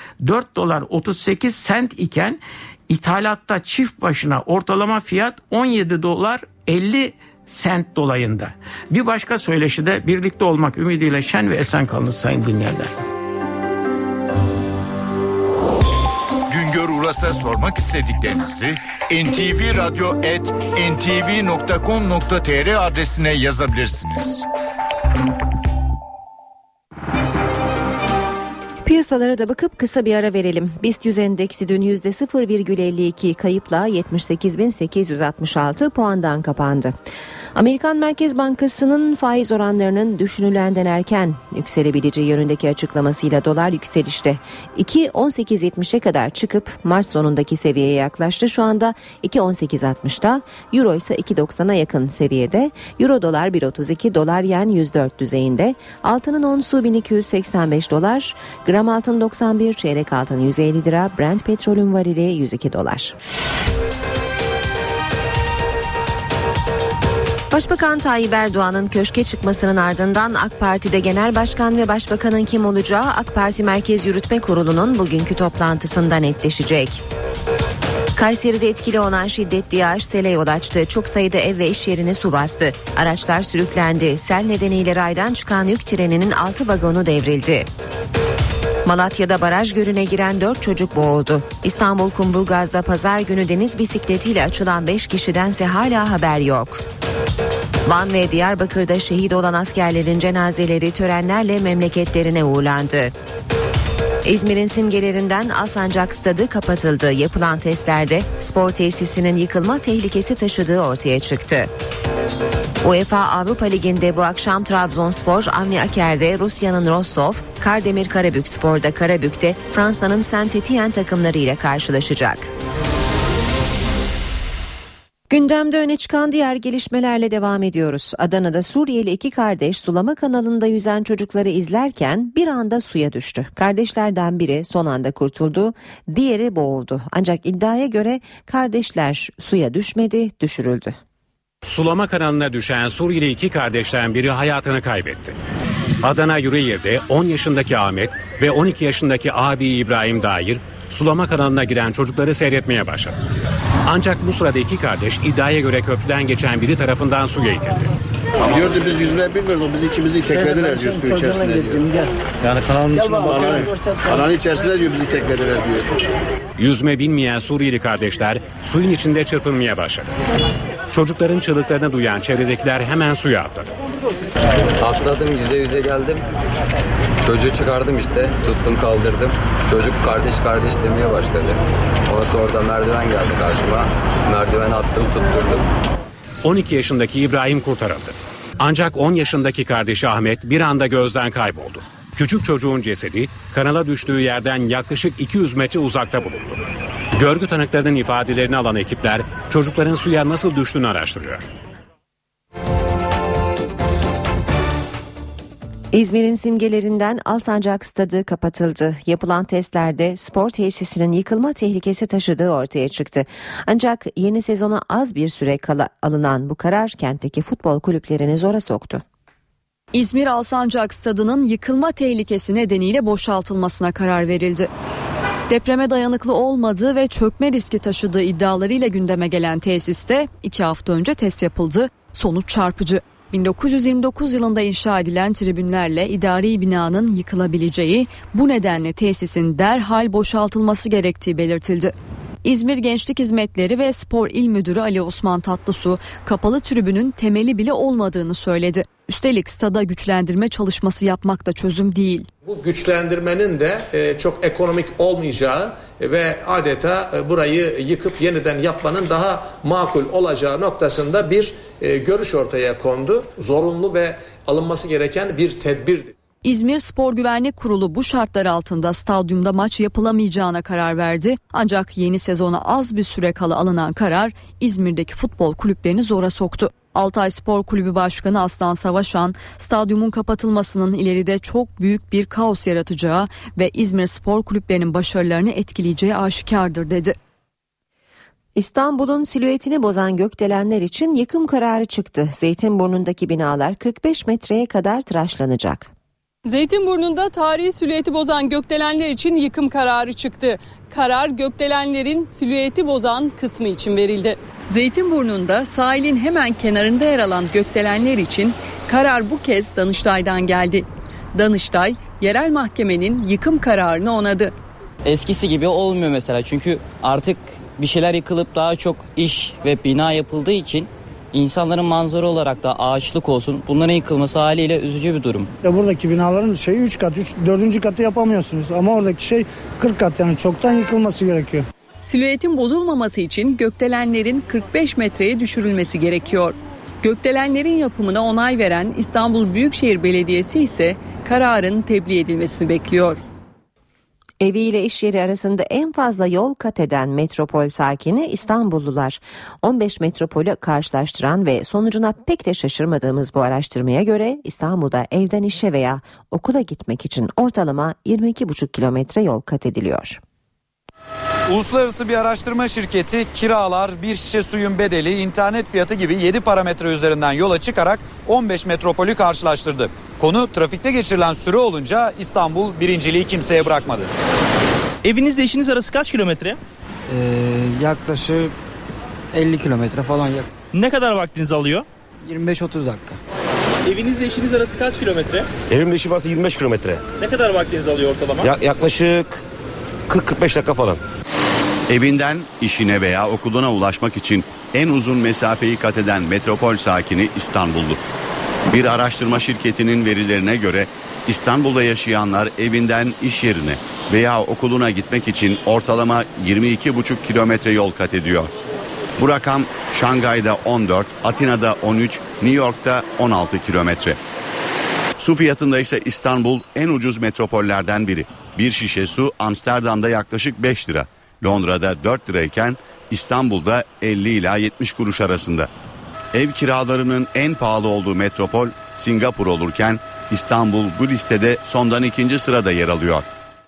$4.38 iken İthalatta çift başına ortalama fiyat $17.50 dolayında. Bir başka söyleşide birlikte olmak ümidiyle şen ve esen kalınız sayın dinleyenler. Güngör Uras'a sormak istediklerinizi ntvradyo@ntv.com.tr adresine yazabilirsiniz. Piyasalara da bakıp kısa bir ara verelim. BIST 100 endeksi dün %0,52 kayıpla 78.866 puandan kapandı. Amerikan Merkez Bankası'nın faiz oranlarının düşünülenden erken yükselebileceği yönündeki açıklamasıyla dolar yükselişte 2.1870'e kadar çıkıp Mart sonundaki seviyeye yaklaştı. Şu anda 2.1860'da, Euro ise 2.90'a yakın seviyede. Euro dolar 1.32, dolar yen 104 düzeyinde. Altının onsu $1285, gram Gram altın 91, çeyrek altın 150 lira, Brent petrolün varili 102 dolar. Başbakan Tayyip Erdoğan'ın köşke çıkmasının ardından AK Parti'de Genel Başkan ve Başbakanın kim olacağı AK Parti Merkez Yürütme Kurulu'nun bugünkü toplantısında netleşecek. Kayseri'de etkili olan şiddetli yağış sele yol açtı. Çok sayıda ev ve iş yerini su bastı. Araçlar sürüklendi. Sel nedeniyle raydan çıkan yük treninin 6 vagonu devrildi. Malatya'da baraj gölüne giren 4 çocuk boğuldu. İstanbul Kumburgaz'da pazar günü deniz bisikletiyle açılan 5 kişidense hala haber yok. Van ve Diyarbakır'da şehit olan askerlerin cenazeleri törenlerle memleketlerine uğurlandı. İzmir'in simgelerinden Alsancak Stadı kapatıldı. Yapılan testlerde spor tesisinin yıkılma tehlikesi taşıdığı ortaya çıktı. UEFA Avrupa Ligi'nde bu akşam Trabzonspor Avni Aker'de Rusya'nın Rostov, Kardemir Karabükspor'da Karabük'te Fransa'nın Saint-Étienne takımları ile karşılaşacak. Gündemde öne çıkan diğer gelişmelerle devam ediyoruz. Adana'da Suriyeli 2 kardeş sulama kanalında yüzen çocukları izlerken bir anda suya düştü. Kardeşlerden biri son anda kurtuldu, diğeri boğuldu. Ancak iddiaya göre kardeşler suya düşmedi, düşürüldü. Sulama kanalına düşen Suriyeli 2 kardeşten biri hayatını kaybetti. Adana Yüreğir'de 10 yaşındaki Ahmet ve 12 yaşındaki abi İbrahim Dair sulama kanalına giren çocukları seyretmeye başladı. Ancak bu sırada 2 kardeş iddiaya göre köprüden geçen biri tarafından suya itildi. Diyordu biz yüzme bilmiyoruz, biz ikimizi teklediler diyor su içerisinde diyor. Yani kanalın içinde kanalın içerisinde diyor bizi teklediler diyor. Yüzme bilmeyen Suriyeli kardeşler suyun içinde çırpınmaya başladı. Çocukların çığlıklarını duyan çevredekiler hemen suya atladı. Atladım, yüze geldim. Çocuğu çıkardım işte, tuttum kaldırdım. Çocuk kardeş demeye başladı. Ondan sonra da merdiven geldi karşıma. Merdiveni attım, tutturdum. 12 yaşındaki İbrahim kurtarıldı. Ancak 10 yaşındaki kardeşi Ahmet bir anda gözden kayboldu. Küçük çocuğun cesedi kanala düştüğü yerden yaklaşık 200 metre uzakta bulundu. Görgü tanıklarının ifadelerini alan ekipler çocukların suya nasıl düştüğünü araştırıyor. İzmir'in simgelerinden Alsancak Stadı kapatıldı. Yapılan testlerde spor tesisinin yıkılma tehlikesi taşıdığı ortaya çıktı. Ancak yeni sezona az bir süre kala alınan bu karar kentteki futbol kulüplerini zora soktu. İzmir Alsancak Stadı'nın yıkılma tehlikesi nedeniyle boşaltılmasına karar verildi. Depreme dayanıklı olmadığı ve çökme riski taşıdığı iddialarıyla gündeme gelen tesiste 2 hafta önce test yapıldı. Sonuç çarpıcı. 1929 yılında inşa edilen tribünlerle idari binanın yıkılabileceği, bu nedenle tesisin derhal boşaltılması gerektiği belirtildi. İzmir Gençlik Hizmetleri ve Spor İl Müdürü Ali Osman Tatlısu, kapalı tribünün temeli bile olmadığını söyledi. Üstelik stada güçlendirme çalışması yapmak da çözüm değil. Bu güçlendirmenin de çok ekonomik olmayacağı ve adeta burayı yıkıp yeniden yapmanın daha makul olacağı noktasında bir görüş ortaya kondu. Zorunlu ve alınması gereken bir tedbirdi. İzmir Spor Güvenlik Kurulu bu şartlar altında stadyumda maç yapılamayacağına karar verdi. Ancak yeni sezona az bir süre kala alınan karar İzmir'deki futbol kulüplerini zora soktu. Altay Spor Kulübü Başkanı Aslan Savaşan, stadyumun kapatılmasının ileride çok büyük bir kaos yaratacağı ve İzmir Spor Kulüplerinin başarılarını etkileyeceği aşikardır dedi. İstanbul'un silüetini bozan gökdelenler için yıkım kararı çıktı. Zeytinburnu'ndaki binalar 45 metreye kadar tıraşlanacak. Zeytinburnu'nda tarihi silüeti bozan gökdelenler için yıkım kararı çıktı. Karar gökdelenlerin silüeti bozan kısmı için verildi. Zeytinburnu'nda sahilin hemen kenarında yer alan gökdelenler için karar bu kez Danıştay'dan geldi. Danıştay, yerel mahkemenin yıkım kararını onadı. Eskisi gibi olmuyor mesela, çünkü artık bir şeyler yıkılıp daha çok iş ve bina yapıldığı için İnsanların manzara olarak da ağaçlık olsun, bunların yıkılması haliyle üzücü bir durum. Ya buradaki binaların 3 kat, 4. katı yapamıyorsunuz ama oradaki 40 kat, yani çoktan yıkılması gerekiyor. Silüetin bozulmaması için gökdelenlerin 45 metreye düşürülmesi gerekiyor. Gökdelenlerin yapımına onay veren İstanbul Büyükşehir Belediyesi ise kararın tebliğ edilmesini bekliyor. Eviyle iş yeri arasında en fazla yol kat eden metropol sakini İstanbullular. 15 metropolü karşılaştıran ve sonucuna pek de şaşırmadığımız bu araştırmaya göre İstanbul'da evden işe veya okula gitmek için ortalama 22,5 kilometre yol kat ediliyor. Uluslararası bir araştırma şirketi kiralar, bir şişe suyun bedeli, internet fiyatı gibi 7 parametre üzerinden yola çıkarak 15 metropolü karşılaştırdı. Konu trafikte geçirilen süre olunca İstanbul birinciliği kimseye bırakmadı. Evinizle işiniz arası kaç kilometre? Yaklaşık 50 kilometre falan. Ne kadar vaktinizi alıyor? 25-30 dakika. Evinizle işiniz arası kaç kilometre? Evimle işim arası 25 kilometre. Ne kadar vaktinizi alıyor ortalama? Yaklaşık 40-45 dakika falan. Evinden işine veya okuluna ulaşmak için en uzun mesafeyi kat eden metropol sakini İstanbullu. Bir araştırma şirketinin verilerine göre İstanbul'da yaşayanlar evinden iş yerine veya okuluna gitmek için ortalama 22,5 kilometre yol kat ediyor. Bu rakam Şangay'da 14, Atina'da 13, New York'ta 16 kilometre. Su fiyatında ise İstanbul en ucuz metropollerden biri. Bir şişe su Amsterdam'da yaklaşık 5 lira. Londra'da 4 lirayken İstanbul'da 50 ila 70 kuruş arasında. Ev kiralarının en pahalı olduğu metropol Singapur olurken İstanbul bu listede sondan 2. sırada yer alıyor.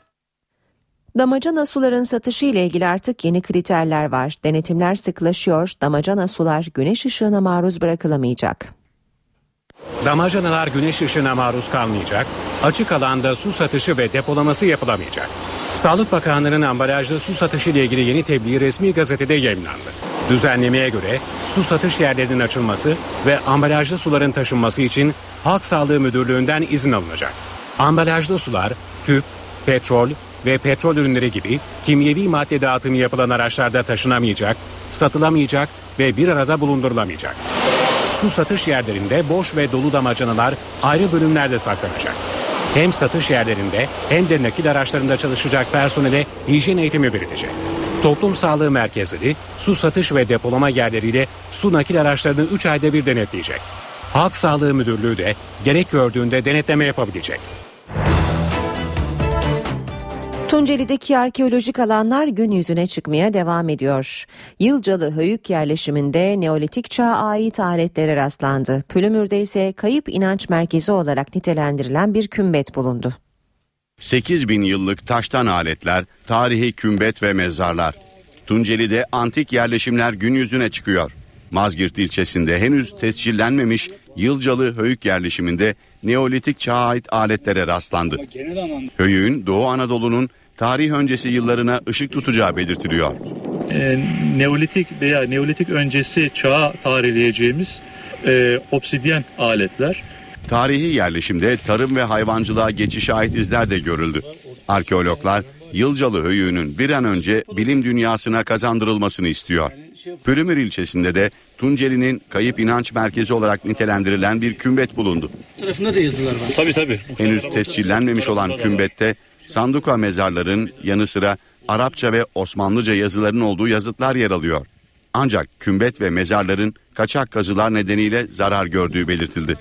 Damacana suların satışı ile ilgili artık yeni kriterler var. Denetimler sıklaşıyor. Damacana sular güneş ışığına maruz bırakılamayacak. Damacanalar güneş ışığına maruz kalmayacak, açık alanda su satışı ve depolaması yapılamayacak. Sağlık Bakanlığı'nın ambalajlı su satışı ile ilgili yeni tebliği resmi gazetede yayımlandı. Düzenlemeye göre su satış yerlerinin açılması ve ambalajlı suların taşınması için Halk Sağlığı Müdürlüğü'nden izin alınacak. Ambalajlı sular, tüp, petrol ve petrol ürünleri gibi kimyevi madde dağıtımı yapılan araçlarda taşınamayacak, satılamayacak ve bir arada bulundurulamayacak. Su satış yerlerinde boş ve dolu damacanalar ayrı bölümlerde saklanacak. Hem satış yerlerinde hem de nakil araçlarında çalışacak personele hijyen eğitimi verilecek. Toplum sağlığı merkezleri su satış ve depolama yerleriyle su nakil araçlarını 3 ayda bir denetleyecek. Halk Sağlığı Müdürlüğü de gerek gördüğünde denetleme yapabilecek. Tunceli'deki arkeolojik alanlar gün yüzüne çıkmaya devam ediyor. Yılcalı Höyük yerleşiminde Neolitik çağa ait aletlere rastlandı. Pülümür'de ise kayıp inanç merkezi olarak nitelendirilen bir kümbet bulundu. 8.000 yıllık taştan aletler, tarihi kümbet ve mezarlar. Tunceli'de antik yerleşimler gün yüzüne çıkıyor. Mazgirt ilçesinde henüz tescillenmemiş Yılcalı Höyük yerleşiminde Neolitik çağa ait aletlere rastlandı. Höyük'ün Doğu Anadolu'nun tarih öncesi yıllarına ışık tutacağı belirtiliyor. Neolitik veya Neolitik öncesi çağa tarihleyeceğimiz obsidyen aletler. Tarihi yerleşimde tarım ve hayvancılığa geçişe ait izler de görüldü. Arkeologlar Yılcalı Höyük'ünün bir an önce bilim dünyasına kazandırılmasını istiyor. Pülümür ilçesinde de Tunceli'nin kayıp inanç merkezi olarak nitelendirilen bir kümbet bulundu. Tarafında da yazılar var. Tabii. Henüz tescillenmemiş olan kümbette sanduka mezarların yanı sıra Arapça ve Osmanlıca yazıların olduğu yazıtlar yer alıyor. Ancak kümbet ve mezarların kaçak kazılar nedeniyle zarar gördüğü belirtildi.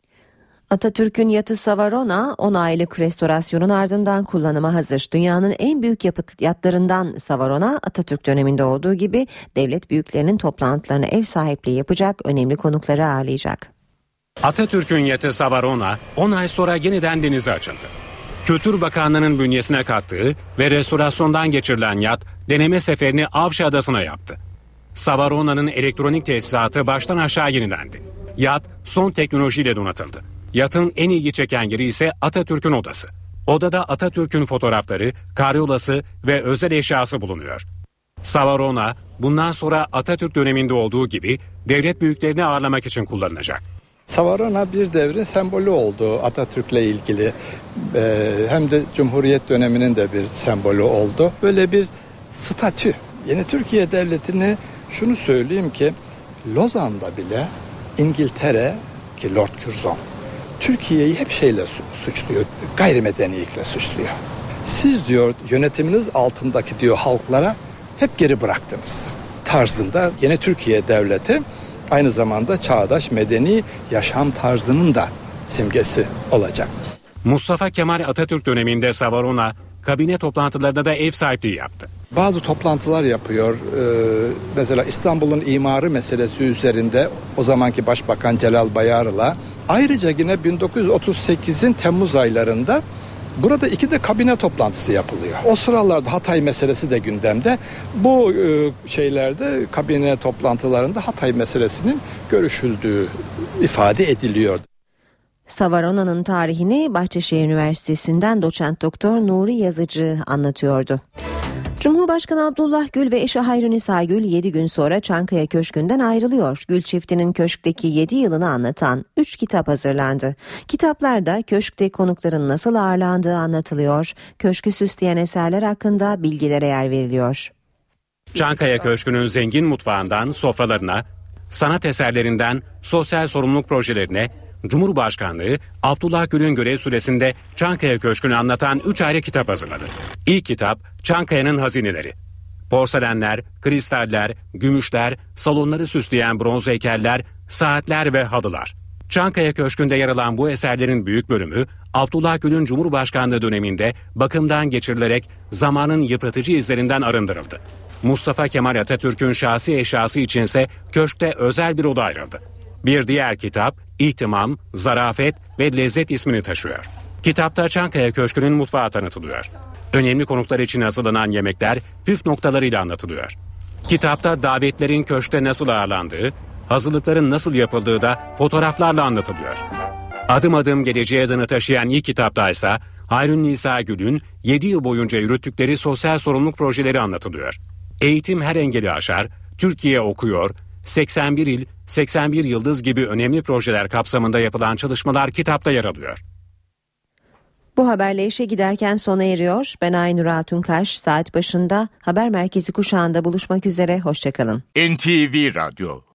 Atatürk'ün yatı Savarona 10 aylık restorasyonun ardından kullanıma hazır. Dünyanın en büyük yatlarından Savarona, Atatürk döneminde olduğu gibi devlet büyüklerinin toplantılarına ev sahipliği yapacak, önemli konukları ağırlayacak. Atatürk'ün yatı Savarona 10 ay sonra yeniden denize açıldı. Kültür Bakanlığı'nın bünyesine kattığı ve restorasyondan geçirilen yat deneme seferini Avşa Adası'na yaptı. Savarona'nın elektronik tesisatı baştan aşağı yenilendi. Yat son teknolojiyle donatıldı. Yatın en ilgi çeken yeri ise Atatürk'ün odası. Odada Atatürk'ün fotoğrafları, karyolası ve özel eşyası bulunuyor. Savarona bundan sonra Atatürk döneminde olduğu gibi devlet büyüklerini ağırlamak için kullanılacak. Savarona bir devrin sembolü oldu Atatürk'le ilgili. Hem de Cumhuriyet döneminin de bir sembolü oldu. Böyle bir statü. Yeni Türkiye Devleti'ni şunu söyleyeyim ki Lozan'da bile İngiltere ki Lord Curzon Türkiye'yi hep şeyle suçluyor, gayrimedenilikle suçluyor. Siz diyor yönetiminiz altındaki diyor halklara hep geri bıraktınız tarzında yeni Türkiye Devleti aynı zamanda çağdaş medeni yaşam tarzının da simgesi olacak. Mustafa Kemal Atatürk döneminde Savarona kabine toplantılarında da ev sahipliği yaptı. Bazı toplantılar yapıyor. Mesela İstanbul'un imarı meselesi üzerinde o zamanki Başbakan Celal Bayar'la, ayrıca yine 1938'in Temmuz aylarında burada 2 de kabine toplantısı yapılıyor. O sıralarda Hatay meselesi de gündemde. Bu şeylerde, kabine toplantılarında Hatay meselesinin görüşüldüğü ifade ediliyor. Savarona'nın tarihini Bahçeşehir Üniversitesi'nden doçent doktor Nuri Yazıcı anlatıyordu. Cumhurbaşkanı Abdullah Gül ve eşi Hayrunisa Gül 7 gün sonra Çankaya Köşkü'nden ayrılıyor. Gül çiftinin köşkteki 7 yılını anlatan 3 kitap hazırlandı. Kitaplarda köşkte konukların nasıl ağırlandığı anlatılıyor. Köşkü süsleyen eserler hakkında bilgilere yer veriliyor. Çankaya Köşkü'nün zengin mutfağından sofralarına, sanat eserlerinden sosyal sorumluluk projelerine, Cumhurbaşkanlığı Abdullah Gül'ün görev süresinde Çankaya Köşkü'nü anlatan 3 ayrı kitap hazırladı. İlk kitap Çankaya'nın hazineleri. Porselenler, kristaller, gümüşler, salonları süsleyen bronz heykeller, saatler ve halılar. Çankaya Köşkü'nde yer alan bu eserlerin büyük bölümü Abdullah Gül'ün Cumhurbaşkanlığı döneminde bakımdan geçirilerek zamanın yıpratıcı izlerinden arındırıldı. Mustafa Kemal Atatürk'ün şahsi eşyası içinse köşkte özel bir oda ayrıldı. Bir diğer kitap İhtimam, Zarafet ve Lezzet ismini taşıyor. Kitapta Çankaya Köşkü'nün mutfağı tanıtılıyor. Önemli konuklar için hazırlanan yemekler püf noktalarıyla anlatılıyor. Kitapta davetlerin köşkte nasıl ağırlandığı, hazırlıkların nasıl yapıldığı da fotoğraflarla anlatılıyor. Adım adım geleceğe adını taşıyan ilk kitapta ise Hayrunisa Gül'ün 7 yıl boyunca yürüttükleri sosyal sorumluluk projeleri anlatılıyor. Eğitim her engeli aşar, Türkiye okuyor, 81 il, 81 yıldız gibi önemli projeler kapsamında yapılan çalışmalar kitapta yer alıyor. Bu haberle işe giderken sona eriyor. Ben Aynur Altunkaş. Saat başında haber merkezi kuşağında buluşmak üzere. Hoşçakalın. NTV Radyo